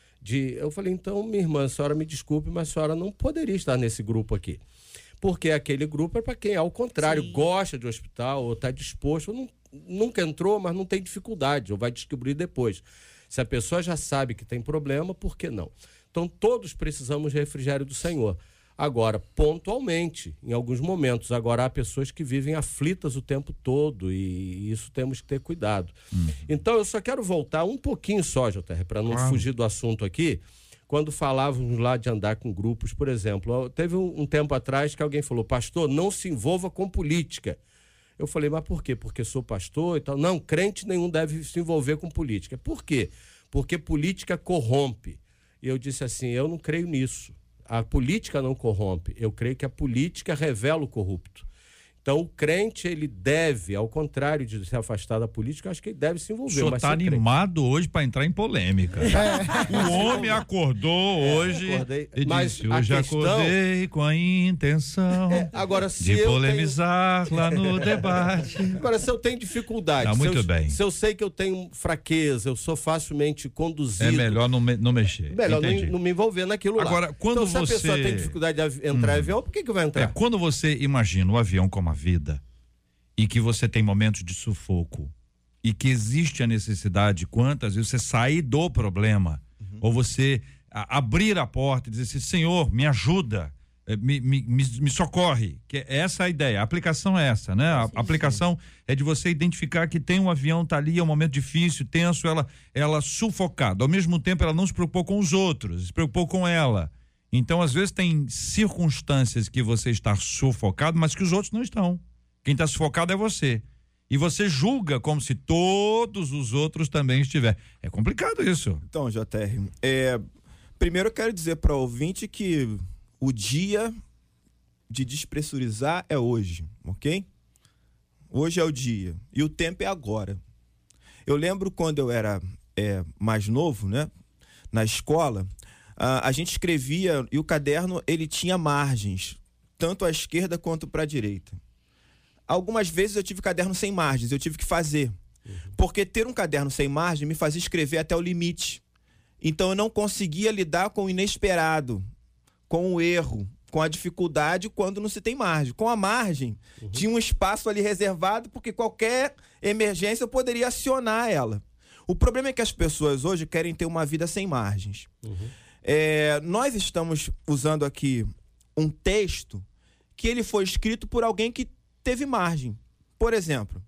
Eu falei: então, minha irmã, a senhora me desculpe, mas a senhora não poderia estar nesse grupo aqui. Porque aquele grupo é para quem, ao contrário, Sim. gosta de hospital ou está disposto, ou nunca entrou, mas não tem dificuldade, ou vai descobrir depois. Se a pessoa já sabe que tem problema, por que não? Então, todos precisamos de refrigério do Senhor. Agora, pontualmente, em alguns momentos. Agora, há pessoas que vivem aflitas o tempo todo e isso temos que ter cuidado. Então, eu só quero voltar um pouquinho só, JR, para não fugir do assunto aqui. Quando falávamos lá de andar com grupos, por exemplo, teve um tempo atrás que alguém falou: pastor, não se envolva com política. Eu falei: mas por quê? Porque sou pastor e tal. Não, crente nenhum deve se envolver com política. Por quê? Porque política corrompe. E eu disse assim: eu não creio nisso. A política não corrompe. Eu creio que a política revela o corrupto. Então, o crente, ele deve, ao contrário de se afastar da política, acho que ele deve se envolver. O senhor está animado hoje para entrar em polêmica. O homem acordou hoje e disse: hoje acordei com a intenção de polemizar lá no debate. Agora, se eu tenho dificuldade, se eu sei que eu tenho fraqueza, eu sou facilmente conduzido... É melhor não mexer. Melhor não me envolver naquilo lá. Agora, quando então, se a pessoa tem dificuldade de entrar em avião, por que vai entrar? Quando você imagina o avião como a vida e que você tem momentos de sufoco e que existe a necessidade, quantas vezes você sair do problema ou você abrir a porta e dizer assim: Senhor, me ajuda, me socorre, que essa é a ideia, a aplicação é essa, né? A aplicação é de você identificar que tem um avião, tá ali, é um momento difícil, tenso, ela sufocada, ao mesmo tempo ela não se preocupou com os outros, se preocupou com ela. Então, às vezes, tem circunstâncias que você está sufocado, mas que os outros não estão. Quem está sufocado é você. E você julga como se todos os outros também estiverem. É complicado isso. Então, JR, primeiro eu quero dizer para o ouvinte que o dia de despressurizar é hoje, ok? Hoje é o dia. E o tempo é agora. Eu lembro quando eu era mais novo, né, na escola... a gente escrevia e o caderno ele tinha margens, tanto à esquerda quanto para a direita. Algumas vezes eu tive caderno sem margens, eu tive que fazer. Porque ter um caderno sem margem me fazia escrever até o limite. Então eu não conseguia lidar com o inesperado, com o erro, com a dificuldade quando não se tem margem. Com a margem, tinha um espaço ali reservado porque qualquer emergência eu poderia acionar ela. O problema é que as pessoas hoje querem ter uma vida sem margens. Nós estamos usando aqui um texto que ele foi escrito por alguém que teve margem. Por exemplo,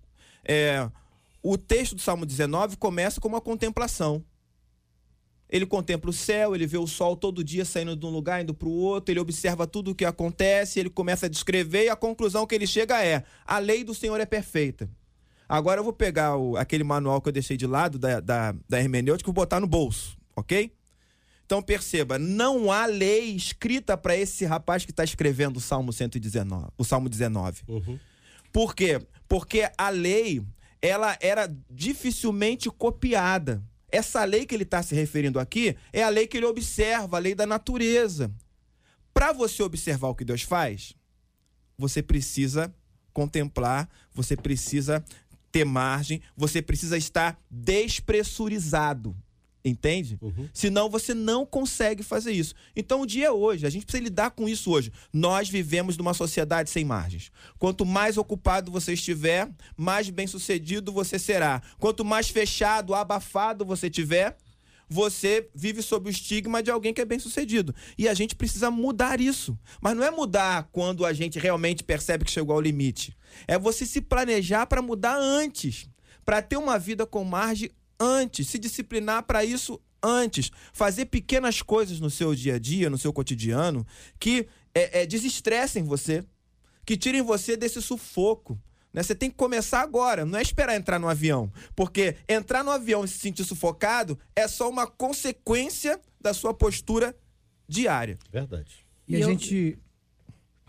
o texto do Salmo 19 começa com uma contemplação. Ele contempla o céu, ele vê o sol todo dia saindo de um lugar, indo para o outro, ele observa tudo o que acontece, ele começa a descrever e a conclusão que ele chega é: a lei do Senhor é perfeita. Agora eu vou pegar aquele manual que eu deixei de lado da hermenêutica e vou botar no bolso, ok? Então perceba, não há lei escrita para esse rapaz que está escrevendo o Salmo 119, o Salmo 19. Por quê? Porque a lei, ela era dificilmente copiada. Essa lei que ele está se referindo aqui é a lei que ele observa, a lei da natureza. Para você observar o que Deus faz, você precisa contemplar, você precisa ter margem, você precisa estar despressurizado. Entende? Senão você não consegue fazer isso. Então o dia é hoje, a gente precisa lidar com isso hoje. Nós vivemos numa sociedade sem margens. Quanto mais ocupado você estiver, mais bem sucedido você será. Quanto mais fechado, abafado você tiver, você vive sob o estigma de alguém que é bem sucedido. E a gente precisa mudar isso. Mas não é mudar quando a gente realmente percebe que chegou ao limite. É você se planejar para mudar antes, para ter uma vida com margem antes, se disciplinar para isso antes, fazer pequenas coisas no seu dia a dia, no seu cotidiano, que desestressem você, que tirem você desse sufoco. Né? Você tem que começar agora, não é esperar entrar no avião, porque entrar no avião e se sentir sufocado é só uma consequência da sua postura diária. Verdade. E a gente...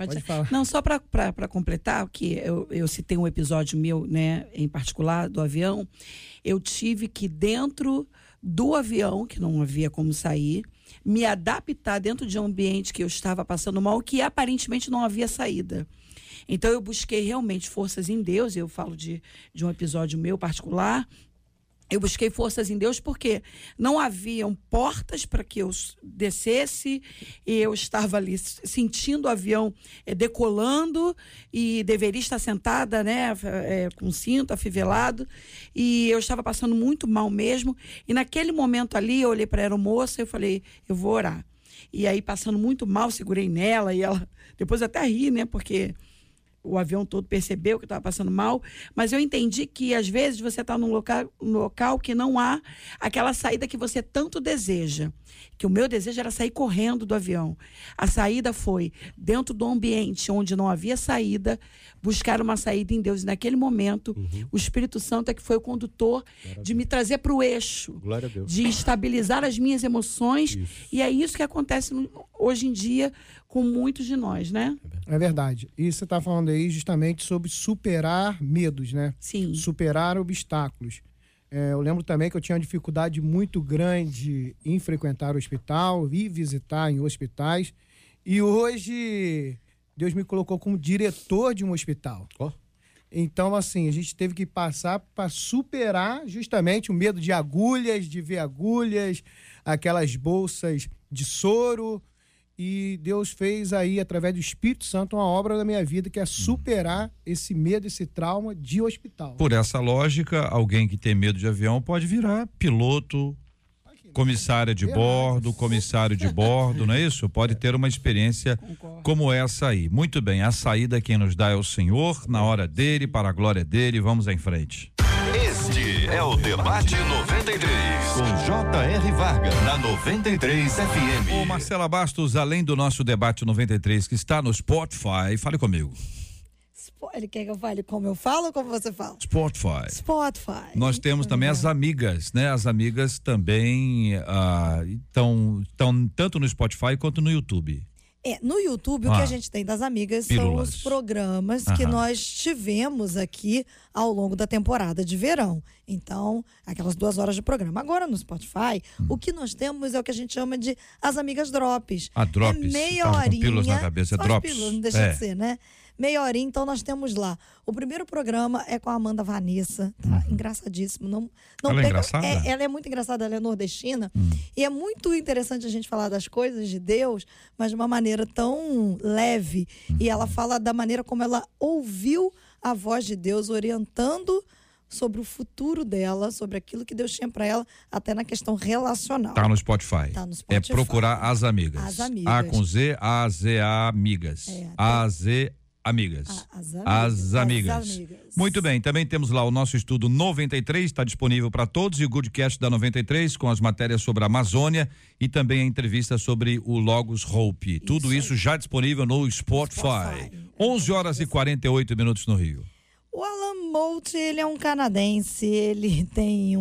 Pode falar. Não, só para completar, que eu citei um episódio meu, né, em particular, do avião. Eu tive que, dentro do avião, que não havia como sair, me adaptar dentro de um ambiente que eu estava passando mal, que aparentemente não havia saída. Então, eu busquei realmente forças em Deus. Eu falo de um episódio meu particular. Eu busquei forças em Deus porque não haviam portas para que eu descesse, e eu estava ali sentindo o avião decolando e deveria estar sentada, né, com cinto afivelado, e eu estava passando muito mal mesmo. E naquele momento ali eu olhei para a aeromoça e eu falei, eu vou orar. E aí, passando muito mal, segurei nela e ela depois até ri, né, porque o avião todo percebeu que eu estava passando mal, mas eu entendi que às vezes você está num local que não há aquela saída que você tanto deseja. Que o meu desejo era sair correndo do avião. A saída foi, dentro do ambiente onde não havia saída, buscar uma saída em Deus. E naquele momento, o Espírito Santo é que foi o condutor de me trazer para o eixo, Glória a Deus, de estabilizar as minhas emoções. Isso. E é isso que acontece hoje em dia com muitos de nós, né? É verdade. E você está falando aí justamente sobre superar medos, né? Sim. Superar obstáculos. Eu lembro também que eu tinha uma dificuldade muito grande em frequentar o hospital e visitar em hospitais. E hoje, Deus me colocou como diretor de um hospital. Oh. Então, assim, a gente teve que passar para superar justamente o medo de agulhas, de ver agulhas, aquelas bolsas de soro. E Deus fez aí, através do Espírito Santo, uma obra da minha vida, que é superar esse medo, esse trauma de hospital. Por essa lógica, alguém que tem medo de avião pode virar piloto, comissário de bordo, não é isso? Pode ter uma experiência como essa aí. Muito bem, a saída quem nos dá é o Senhor, na hora dele, para a glória dele. Vamos em frente. Este é o Debate 93, com J.R. Varga, na 93 FM. Ô Marcela Bastos, além do nosso Debate 93, que está no Spotify, fale comigo. Ele quer que eu fale como eu falo ou como você fala? Spotify. Nós temos também as amigas, né? As amigas também estão tanto no Spotify quanto no YouTube. No YouTube, o que a gente tem das amigas Pílulas. são os programas que nós tivemos aqui ao longo da temporada de verão. Então, aquelas 2 horas de programa. Agora, no Spotify, o que nós temos é o que a gente chama de as amigas drops. Drops. É meia horinha. Com pílulas na cabeça, drops. Pílulas, não deixa de ser, né? Meia horinha, então nós temos lá. O primeiro programa é com a Amanda Vanessa, tá? Engraçadíssimo. Não ela é engraçada? Ela é muito engraçada, ela é nordestina. E é muito interessante a gente falar das coisas de Deus, mas de uma maneira tão leve. E ela fala da maneira como ela ouviu a voz de Deus orientando sobre o futuro dela, sobre aquilo que Deus tinha para ela, até na questão relacional. Tá no Spotify. É procurar as amigas. As amigas. A com Z, A-Z-A, amigas. A-Z, amigas. As amigas. Muito bem, também temos lá o nosso estudo 93, está disponível para todos, e o Goodcast da 93 com as matérias sobre a Amazônia e também a entrevista sobre o Logos Hope. Tudo isso já disponível no Spotify. 11 horas e 48 minutos no Rio. O Alan Moult, ele é um canadense, ele tem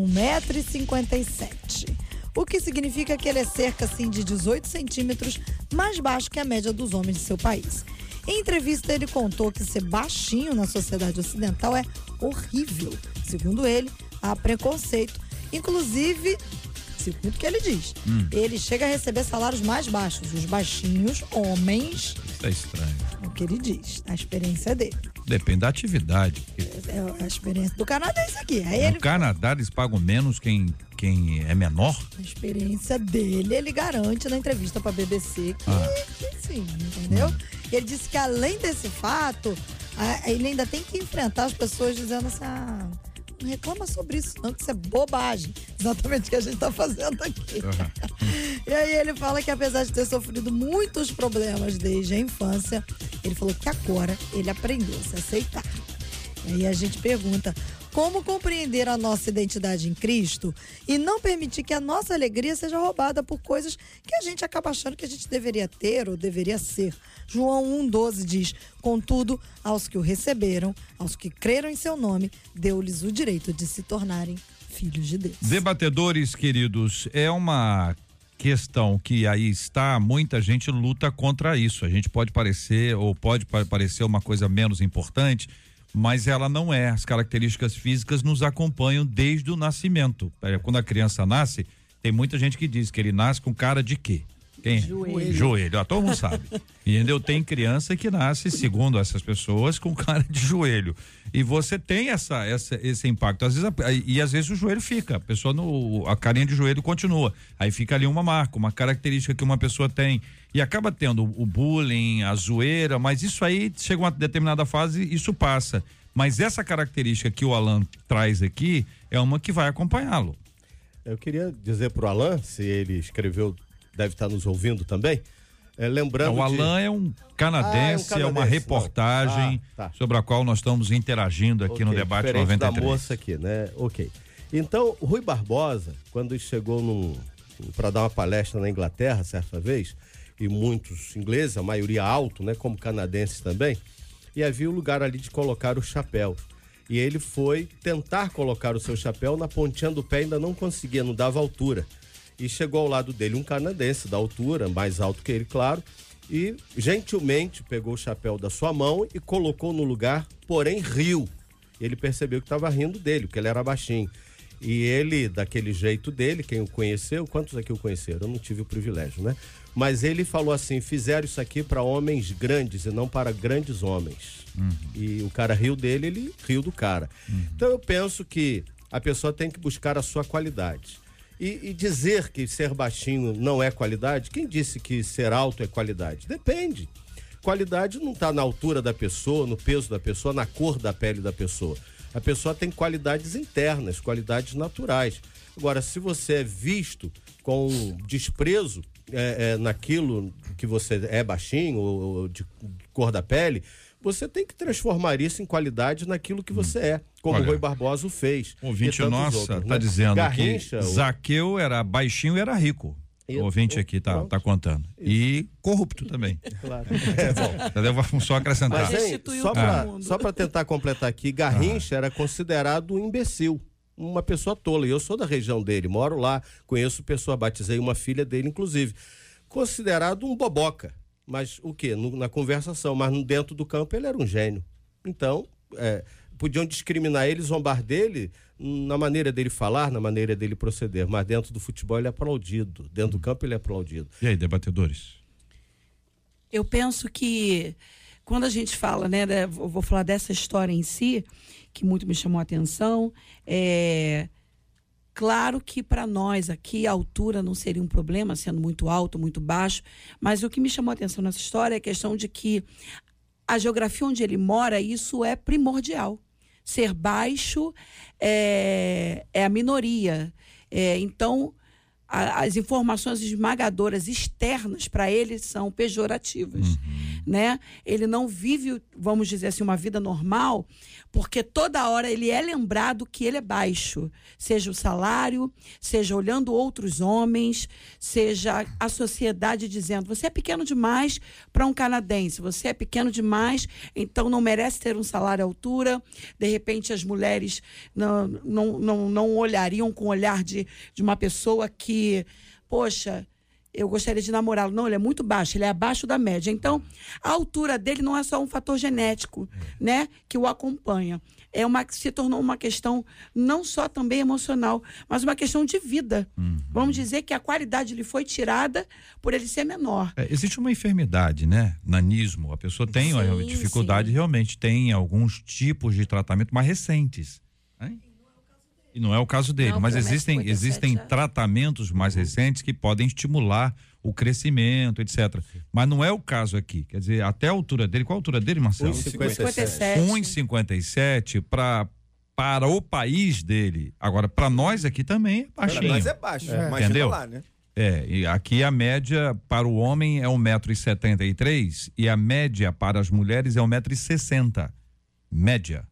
1,57 m. O que significa que ele é cerca assim, de 18 centímetros mais baixo que a média dos homens de seu país. Em entrevista, ele contou que ser baixinho na sociedade ocidental é horrível. Segundo ele, há preconceito. Inclusive, segundo o que ele diz, ele chega a receber salários mais baixos. Os baixinhos, homens... Isso é estranho. É o que ele diz, a experiência dele. Depende da atividade. É a experiência do canadense aqui. Aí no Canadá, eles pagam menos quem é menor? A experiência dele, ele garante na entrevista para a BBC que sim, entendeu? E ele disse que além desse fato, ele ainda tem que enfrentar as pessoas dizendo assim, não reclama sobre isso não, que isso é bobagem. Exatamente o que a gente está fazendo aqui. E aí ele fala que apesar de ter sofrido muitos problemas desde a infância, ele falou que agora ele aprendeu a se aceitar. E aí a gente pergunta, como compreender a nossa identidade em Cristo e não permitir que a nossa alegria seja roubada por coisas que a gente acaba achando que a gente deveria ter ou deveria ser. João 1,12 diz, contudo, aos que o receberam, aos que creram em seu nome, deu-lhes o direito de se tornarem filhos de Deus. Debatedores queridos, é uma questão que aí está, muita gente luta contra isso. A gente pode parecer uma coisa menos importante, mas ela não é. As características físicas nos acompanham desde o nascimento. Quando a criança nasce, tem muita gente que diz que ele nasce com cara de quê? Quem é? Joelho. Todo mundo sabe. Entendeu? Tem criança que nasce, segundo essas pessoas, com cara de joelho. E você tem esse impacto. Às vezes o joelho fica. A pessoa, a carinha de joelho continua. Aí fica ali uma marca, uma característica que uma pessoa tem. E acaba tendo o bullying, a zoeira, mas isso aí, chega uma determinada fase, isso passa. Mas essa característica que o Alan traz aqui é uma que vai acompanhá-lo. Eu queria dizer pro Alan, se ele escreveu, deve estar nos ouvindo também, lembrando o Alan é um canadense, é uma reportagem sobre a qual nós estamos interagindo aqui no Debate 93. Da moça aqui, né? Ok. Então, o Rui Barbosa, quando chegou para dar uma palestra na Inglaterra, certa vez, e muitos ingleses, a maioria alto, né? Como canadenses também, e havia o lugar ali de colocar o chapéu. E ele foi tentar colocar o seu chapéu na pontinha do pé, ainda não conseguia, não dava altura. E chegou ao lado dele um canadense da altura, mais alto que ele, claro, e gentilmente pegou o chapéu da sua mão e colocou no lugar, porém riu. Ele percebeu que estava rindo dele, porque ele era baixinho. E ele, daquele jeito dele, quem o conheceu, quantos aqui o conheceram? Eu não tive o privilégio, né? Mas ele falou assim, fizeram isso aqui para homens grandes e não para grandes homens. E o cara riu dele, ele riu do cara. Então eu penso que a pessoa tem que buscar a sua qualidade. E dizer que ser baixinho não é qualidade, quem disse que ser alto é qualidade? Depende. Qualidade não está na altura da pessoa, no peso da pessoa, na cor da pele da pessoa. A pessoa tem qualidades internas, qualidades naturais. Agora, se você é visto com desprezo naquilo que você é baixinho ou de cor da pele, você tem que transformar isso em qualidade naquilo que você é, como o Rui Barbosa o fez. O ouvinte nossa está dizendo Garrincha, que Zaqueu era baixinho e era rico. O ouvinte aqui tá contando. Isso. E corrupto também. Claro. Vamos só acrescentar. Mas, só para tentar completar aqui, Garrincha era considerado um imbecil, uma pessoa tola. E eu sou da região dele, moro lá, conheço pessoa, batizei uma filha dele, inclusive. Considerado um boboca. Mas o quê? Na conversação, mas dentro do campo ele era um gênio. Então, podiam discriminar ele, zombar dele na maneira dele falar, na maneira dele proceder, mas dentro do futebol ele é aplaudido, dentro do campo ele é aplaudido. E aí, debatedores? Eu penso que quando a gente fala, né, eu vou falar dessa história em si, que muito me chamou a atenção, claro que para nós aqui a altura não seria um problema, sendo muito alto, muito baixo, mas o que me chamou a atenção nessa história é a questão de que a geografia onde ele mora, isso é primordial. Ser baixo é a minoria. Então, as informações esmagadoras externas para ele são pejorativas, né? Ele não vive, vamos dizer assim, uma vida normal, porque toda hora ele é lembrado que ele é baixo, seja o salário, seja olhando outros homens, seja a sociedade dizendo, você é pequeno demais para um canadense, você é pequeno demais, então não merece ter um salário à altura. De repente as mulheres não olhariam com o olhar de uma pessoa que, poxa, eu gostaria de namorá-lo. Não, ele é muito baixo, ele é abaixo da média. Então, a altura dele não é só um fator genético, né, que o acompanha. Se tornou uma questão não só também emocional, mas uma questão de vida. Vamos dizer que a qualidade lhe foi tirada por ele ser menor. Existe uma enfermidade, né? Nanismo. A pessoa tem uma dificuldade, realmente tem alguns tipos de tratamento mais recentes. Hein? E não é o caso dele, mas existem tratamentos mais recentes que podem estimular o crescimento, etc. Mas não é o caso aqui. Quer dizer, até a altura dele, qual a altura dele, Marcelo? 1,57 para o país dele. Agora, para nós aqui também é baixinho. Para nós é baixo, entendeu? Lá, né? E aqui a média para o homem é 1,73 m e a média para as mulheres é 1,60 m. Média.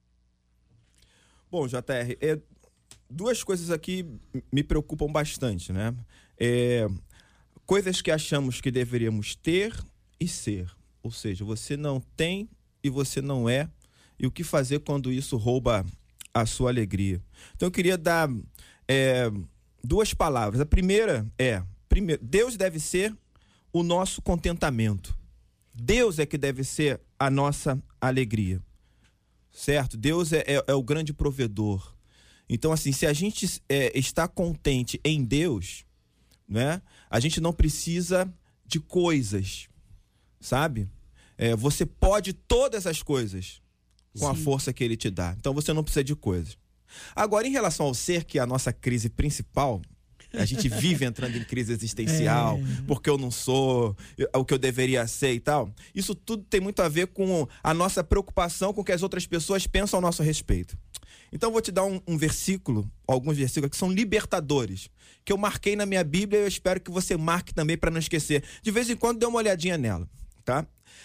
Bom, JR, duas coisas aqui me preocupam bastante, né? Coisas que achamos que deveríamos ter e ser. Ou seja, você não tem e você não é. E o que fazer quando isso rouba a sua alegria? Então eu queria dar duas palavras. A primeira primeiro, Deus deve ser o nosso contentamento. Deus é que deve ser a nossa alegria, certo? Deus é o grande provedor. Então, assim, se a gente está contente em Deus, né, a gente não precisa de coisas, sabe? Você pode todas as coisas com a força que Ele te dá. Então, você não precisa de coisas. Agora, em relação ao ser, que é a nossa crise principal, a gente vive entrando em crise existencial, porque eu não sou o que eu deveria ser e tal. Isso tudo tem muito a ver com a nossa preocupação com o que as outras pessoas pensam ao nosso respeito. Então eu vou te dar um versículo, alguns versículos que são libertadores, que eu marquei na minha Bíblia e eu espero que você marque também para não esquecer. De vez em quando dê uma olhadinha nela, tá?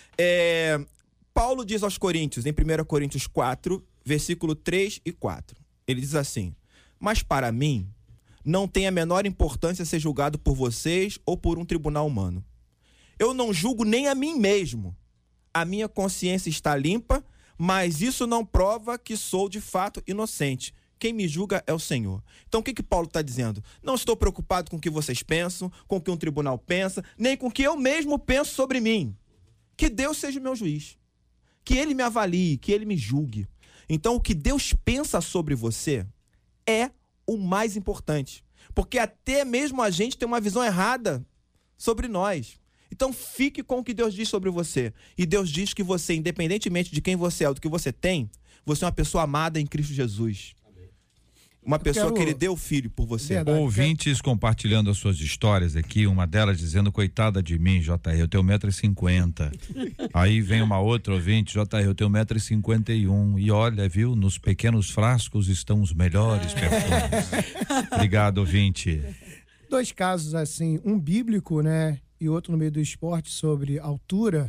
Paulo diz aos Coríntios, em 1 Coríntios 4, versículo 3 e 4. Ele diz assim: mas para mim não tem a menor importância ser julgado por vocês ou por um tribunal humano. Eu não julgo nem a mim mesmo. A minha consciência está limpa, mas isso não prova que sou de fato inocente. Quem me julga é o Senhor. Então o que Paulo está dizendo? Não estou preocupado com o que vocês pensam, com o que um tribunal pensa, nem com o que eu mesmo penso sobre mim. Que Deus seja o meu juiz. Que Ele me avalie, que Ele me julgue. Então o que Deus pensa sobre você é o mais importante, porque até mesmo a gente tem uma visão errada sobre nós. Então fique com o que Deus diz sobre você. E Deus diz que você, independentemente de quem você é ou do que você tem, você é uma pessoa amada em Cristo Jesus. Uma pessoa que Ele deu o Filho por você. Verdade. Ouvintes compartilhando as suas histórias aqui, uma delas dizendo: coitada de mim, JR, eu tenho 1,50 m. Aí vem uma outra ouvinte: JR, eu tenho 1,51 m. E olha, viu, nos pequenos frascos estão os melhores perfumes. Obrigado, ouvinte. 2 casos assim, um bíblico, né, e outro no meio do esporte, sobre altura.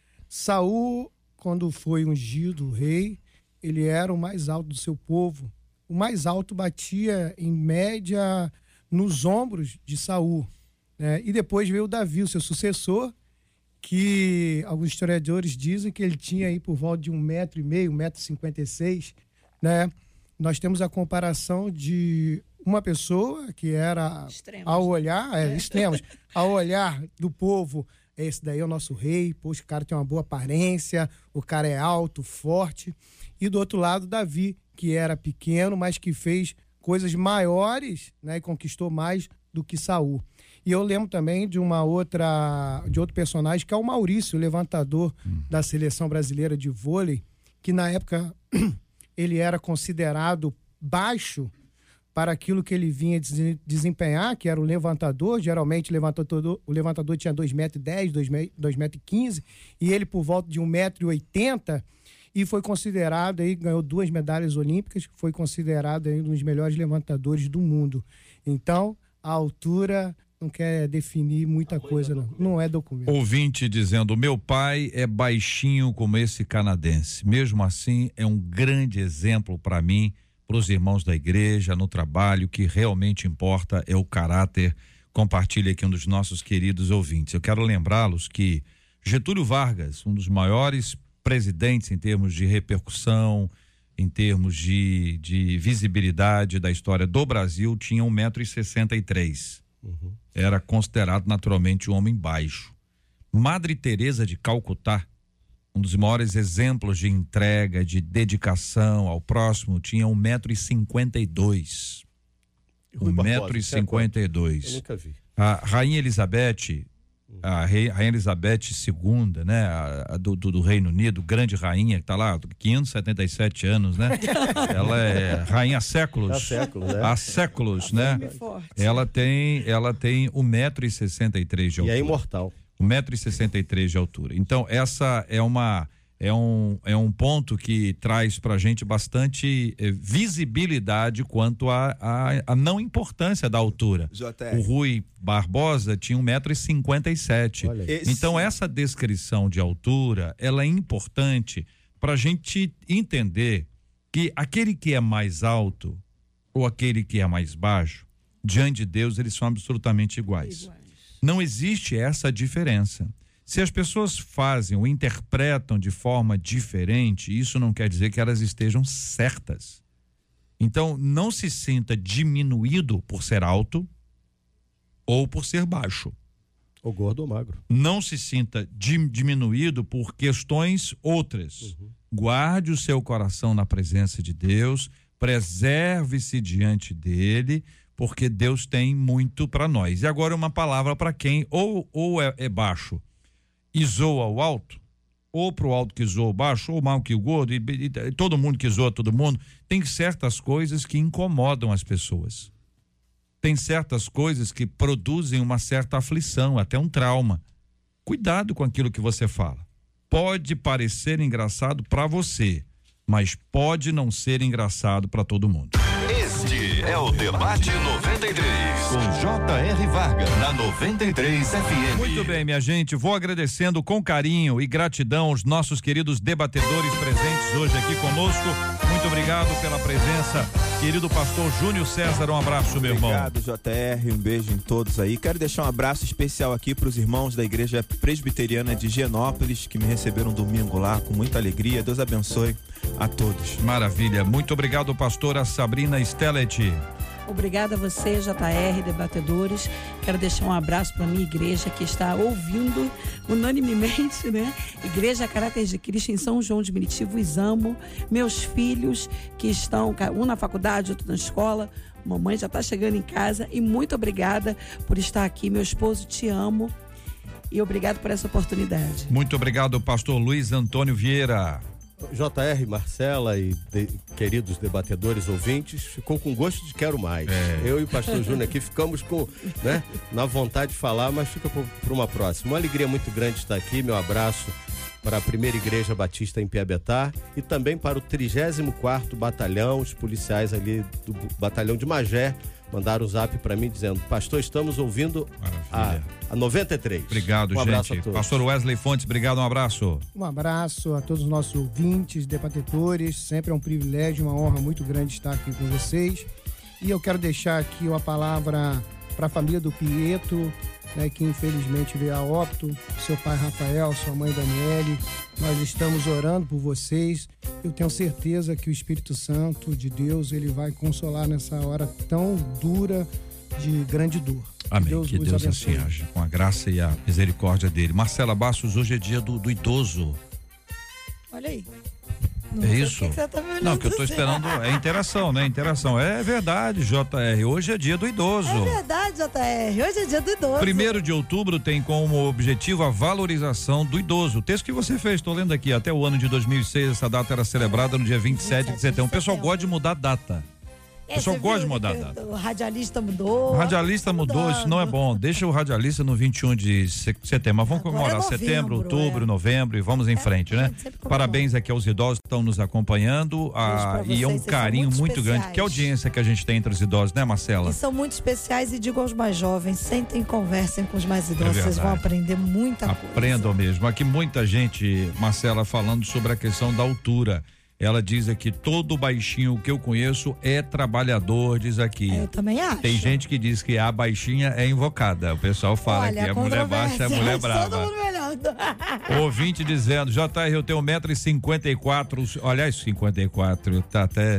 Saul, quando foi ungido rei, ele era o mais alto do seu povo. O mais alto batia, em média, nos ombros de Saul, né? E depois veio Davi, o seu sucessor, que alguns historiadores dizem que ele tinha aí por volta de 1,5 m, 1,56 m, né? Nós temos a comparação de uma pessoa que era, extremos, ao olhar, extremos, ao olhar do povo, esse daí é o nosso rei, poxa, o cara tem uma boa aparência, o cara é alto, forte. E do outro lado, Davi, que era pequeno, mas que fez coisas maiores, né, e conquistou mais do que Saul. E eu lembro também de outro personagem, que é o Maurício, o levantador da seleção brasileira de vôlei, que na época ele era considerado baixo para aquilo que ele vinha desempenhar, que era o levantador. Geralmente o levantador tinha 2,10 m, 2,15 m, e ele por volta de 1,80 m, e foi considerado, aí, ganhou 2 medalhas olímpicas, foi considerado aí um dos melhores levantadores do mundo. Então, a altura não quer definir muita coisa, não. Não é documento. Ouvinte dizendo: meu pai é baixinho como esse canadense. Mesmo assim, é um grande exemplo para mim, para os irmãos da igreja, no trabalho. O que realmente importa é o caráter. Compartilha aqui um dos nossos queridos ouvintes. Eu quero lembrá-los que Getúlio Vargas, um dos maiores presidentes em termos de repercussão, em termos de visibilidade da história do Brasil, tinha 1,63 m. Era considerado naturalmente um homem baixo. Madre Teresa de Calcutá, um dos maiores exemplos de entrega, de dedicação ao próximo, tinha 1,52 m. 1,52 m. Eu nunca vi. A Rainha Elizabeth, Rainha Elizabeth II, né, do Reino Unido, grande rainha, que está lá, 577 anos, né? Ela é rainha há séculos. Há séculos, né? Ela tem 1,63 m de altura. E é imortal. 1,63 m de altura. Então, essa é um ponto que traz pra gente bastante visibilidade quanto à não importância da altura. O Rui Barbosa tinha 1,57 m. Então essa descrição de altura, ela é importante pra gente entender que aquele que é mais alto ou aquele que é mais baixo, diante de Deus, eles são absolutamente iguais. Não existe essa diferença. Se as pessoas fazem ou interpretam de forma diferente, isso não quer dizer que elas estejam certas. Então, não se sinta diminuído por ser alto, ou por ser baixo. Ou gordo ou magro. Não se sinta diminuído por questões outras. Guarde o seu coração na presença de Deus, preserve-se diante dele, porque Deus tem muito para nós. E agora uma palavra para quem ou é baixo e zoa o alto, ou pro alto que zoa o baixo, ou mal que o gordo, e todo mundo que zoa todo mundo. Tem certas coisas que incomodam as pessoas. Tem certas coisas que produzem uma certa aflição, até um trauma. Cuidado com aquilo que você fala. Pode parecer engraçado para você, mas pode não ser engraçado para todo mundo. Este é o Debate 93, com J.R. Varga, na 93 FM. Muito bem, minha gente, vou agradecendo com carinho e gratidão os nossos queridos debatedores presentes hoje aqui conosco. Muito obrigado pela presença, querido pastor Júnior César, um abraço, meu irmão. Obrigado, JR, um beijo em todos aí. Quero deixar um abraço especial aqui para os irmãos da Igreja Presbiteriana de Higienópolis, que me receberam domingo lá com muita alegria. Deus abençoe a todos. Maravilha, muito obrigado, pastora Sabrina Stellet. Obrigada a você, JR, debatedores. Quero deixar um abraço para a minha igreja que está ouvindo unanimemente, né? Igreja Caráter de Cristo em São João de Meriti, vos amo. Meus filhos que estão, um na faculdade, outro na escola. Mamãe já está chegando em casa e muito obrigada por estar aqui. Meu esposo, te amo e obrigado por essa oportunidade. Muito obrigado, pastor Luiz Antônio Vieira. JR, Marcela e queridos debatedores ouvintes, ficou com gosto de quero mais. Eu e o pastor Júnior aqui ficamos com, né, na vontade de falar, mas fica para uma próxima. Uma alegria muito grande estar aqui. Meu abraço para a Primeira Igreja Batista em Piabetá e também para o 34º Batalhão, os policiais ali do Batalhão de Magé mandaram um zap para mim dizendo: pastor, estamos ouvindo a 93. Obrigado, um abraço gente. A todos. Pastor Wesley Fontes, obrigado, um abraço. Um abraço a todos os nossos ouvintes, debatedores. Sempre é um privilégio, uma honra muito grande estar aqui com vocês. E eu quero deixar aqui uma palavra para a família do Pietro, né, que infelizmente veio a óbito, seu pai Rafael, sua mãe Daniele. Nós estamos orando por vocês. Eu tenho certeza que o Espírito Santo de Deus, ele vai consolar nessa hora tão dura de grande dor. Amém. Que Deus assim haja, com a graça e a misericórdia dele. Marcela Bastos, hoje é dia do idoso. Olha aí. É isso? Que você tá me olhando não, que eu tô esperando é interação, né? Interação. É verdade, JR. Hoje é dia do idoso. É verdade, JR. Hoje é dia do idoso. 1º de outubro tem como objetivo a valorização do idoso. O texto que você fez, estou lendo aqui, até o ano de 2006, essa data era celebrada no dia 27 de setembro. O pessoal gosta de mudar a data. O pessoal gosta de mudar a data. O radialista mudou. O radialista mudou, isso não é bom. Deixa o radialista no 21 de setembro. Mas vamos comemorar setembro, outubro, novembro e vamos em frente, né? Parabéns aqui aos idosos que estão nos acompanhando. E é um carinho muito grande. Que audiência que a gente tem entre os idosos, né, Marcela? E são muito especiais e digo aos mais jovens, sentem e conversem com os mais idosos. Vocês vão aprender muita coisa. Aprendam mesmo. Aqui muita gente, Marcela, falando sobre a questão da altura. Ela diz aqui, todo baixinho que eu conheço é trabalhador, diz aqui. Eu também acho. Tem gente que diz que a baixinha é invocada. O pessoal fala que a mulher baixa é a mulher brava. Todo mundo melhorando. Ouvinte dizendo, JR, eu tenho 1,54 m, aliás, 54, tá até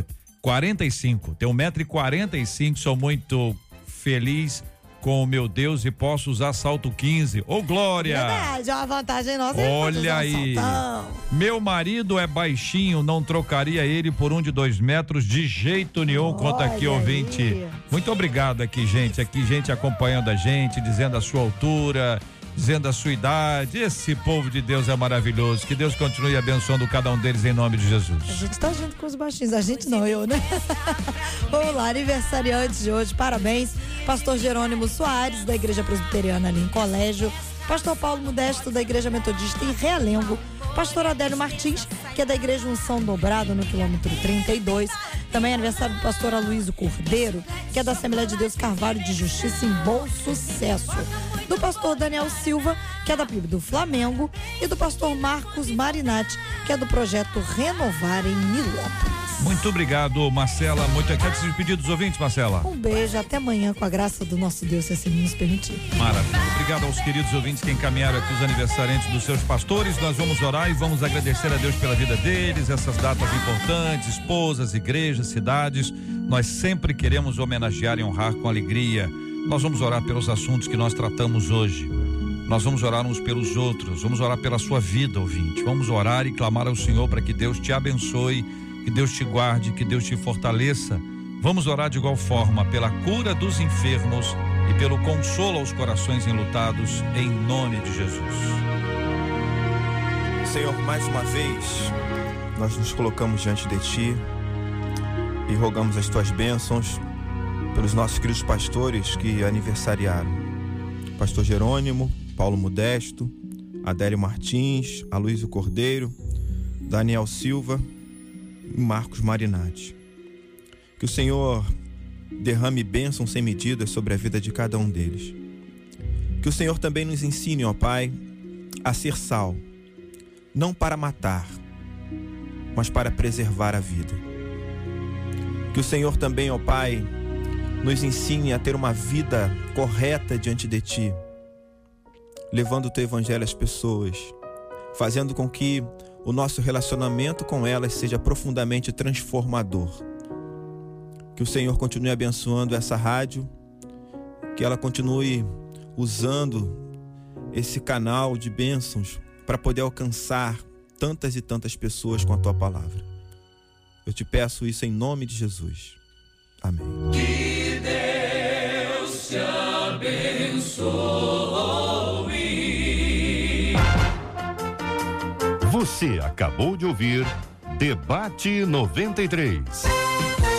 45. Tenho 1,45 m, sou muito feliz com o meu Deus e posso usar salto 15. Ô, Glória! Verdade, é uma vantagem nossa. Olha aí. Meu marido é baixinho, não trocaria ele por um de 2 metros de jeito nenhum, conta aqui, ouvinte. Muito obrigado aqui, gente. Aqui, gente acompanhando a gente, dizendo a sua altura, dizendo a sua idade. Esse povo de Deus é maravilhoso. Que Deus continue abençoando cada um deles em nome de Jesus. A gente tá junto com os baixinhos. A gente não, eu, né? Vamos lá, aniversariantes de hoje, parabéns. Pastor Jerônimo Soares, da Igreja Presbiteriana ali em Colégio. Pastor Paulo Modesto, da Igreja Metodista em Realengo. Pastor Adélio Martins, que é da Igreja Unção Dobrada, no quilômetro 32. Também aniversário do pastor Aloysio Cordeiro, que é da Assembleia de Deus Carvalho de Justiça em Bom Sucesso. Do pastor Daniel Silva, que é da PIB do Flamengo. E do pastor Marcos Marinatti, que é do projeto Renovar em Nilópolis. Muito obrigado, Marcela. Quer se despedir dos ouvintes, Marcela? Um beijo, até amanhã, com a graça do nosso Deus, se assim nos permitir. Maravilha. Obrigado aos queridos ouvintes que encaminharam aqui os aniversariantes dos seus pastores. Nós vamos orar e vamos agradecer a Deus pela vida deles, essas datas importantes, esposas, igrejas, cidades. Nós sempre queremos homenagear e honrar com alegria Nós vamos orar pelos assuntos que nós tratamos hoje. Nós vamos orar uns pelos outros. Vamos orar pela sua vida, ouvinte. Vamos orar e clamar ao Senhor para que Deus te abençoe, que Deus te guarde, que Deus te fortaleça. Vamos orar de igual forma pela cura dos enfermos e pelo consolo aos corações enlutados, em nome de Jesus. Senhor, mais uma vez, nós nos colocamos diante de Ti e rogamos as Tuas bênçãos pelos nossos queridos pastores que aniversariaram. Pastor Jerônimo, Paulo Modesto, Adélio Martins, Aloysio Cordeiro, Daniel Silva e Marcos Marinatti. Que o Senhor derrame bênçãos sem medidas sobre a vida de cada um deles. Que o Senhor também nos ensine, ó Pai, a ser sal, não para matar, mas para preservar a vida. Que o Senhor também, ó Pai, nos ensine a ter uma vida correta diante de Ti, levando o Teu Evangelho às pessoas, fazendo com que o nosso relacionamento com elas seja profundamente transformador. Que o Senhor continue abençoando essa rádio, que ela continue usando esse canal de bênçãos para poder alcançar tantas e tantas pessoas com a Tua palavra. Eu te peço isso em nome de Jesus. Amém. Que Deus te abençoe. Você acabou de ouvir Debate 93.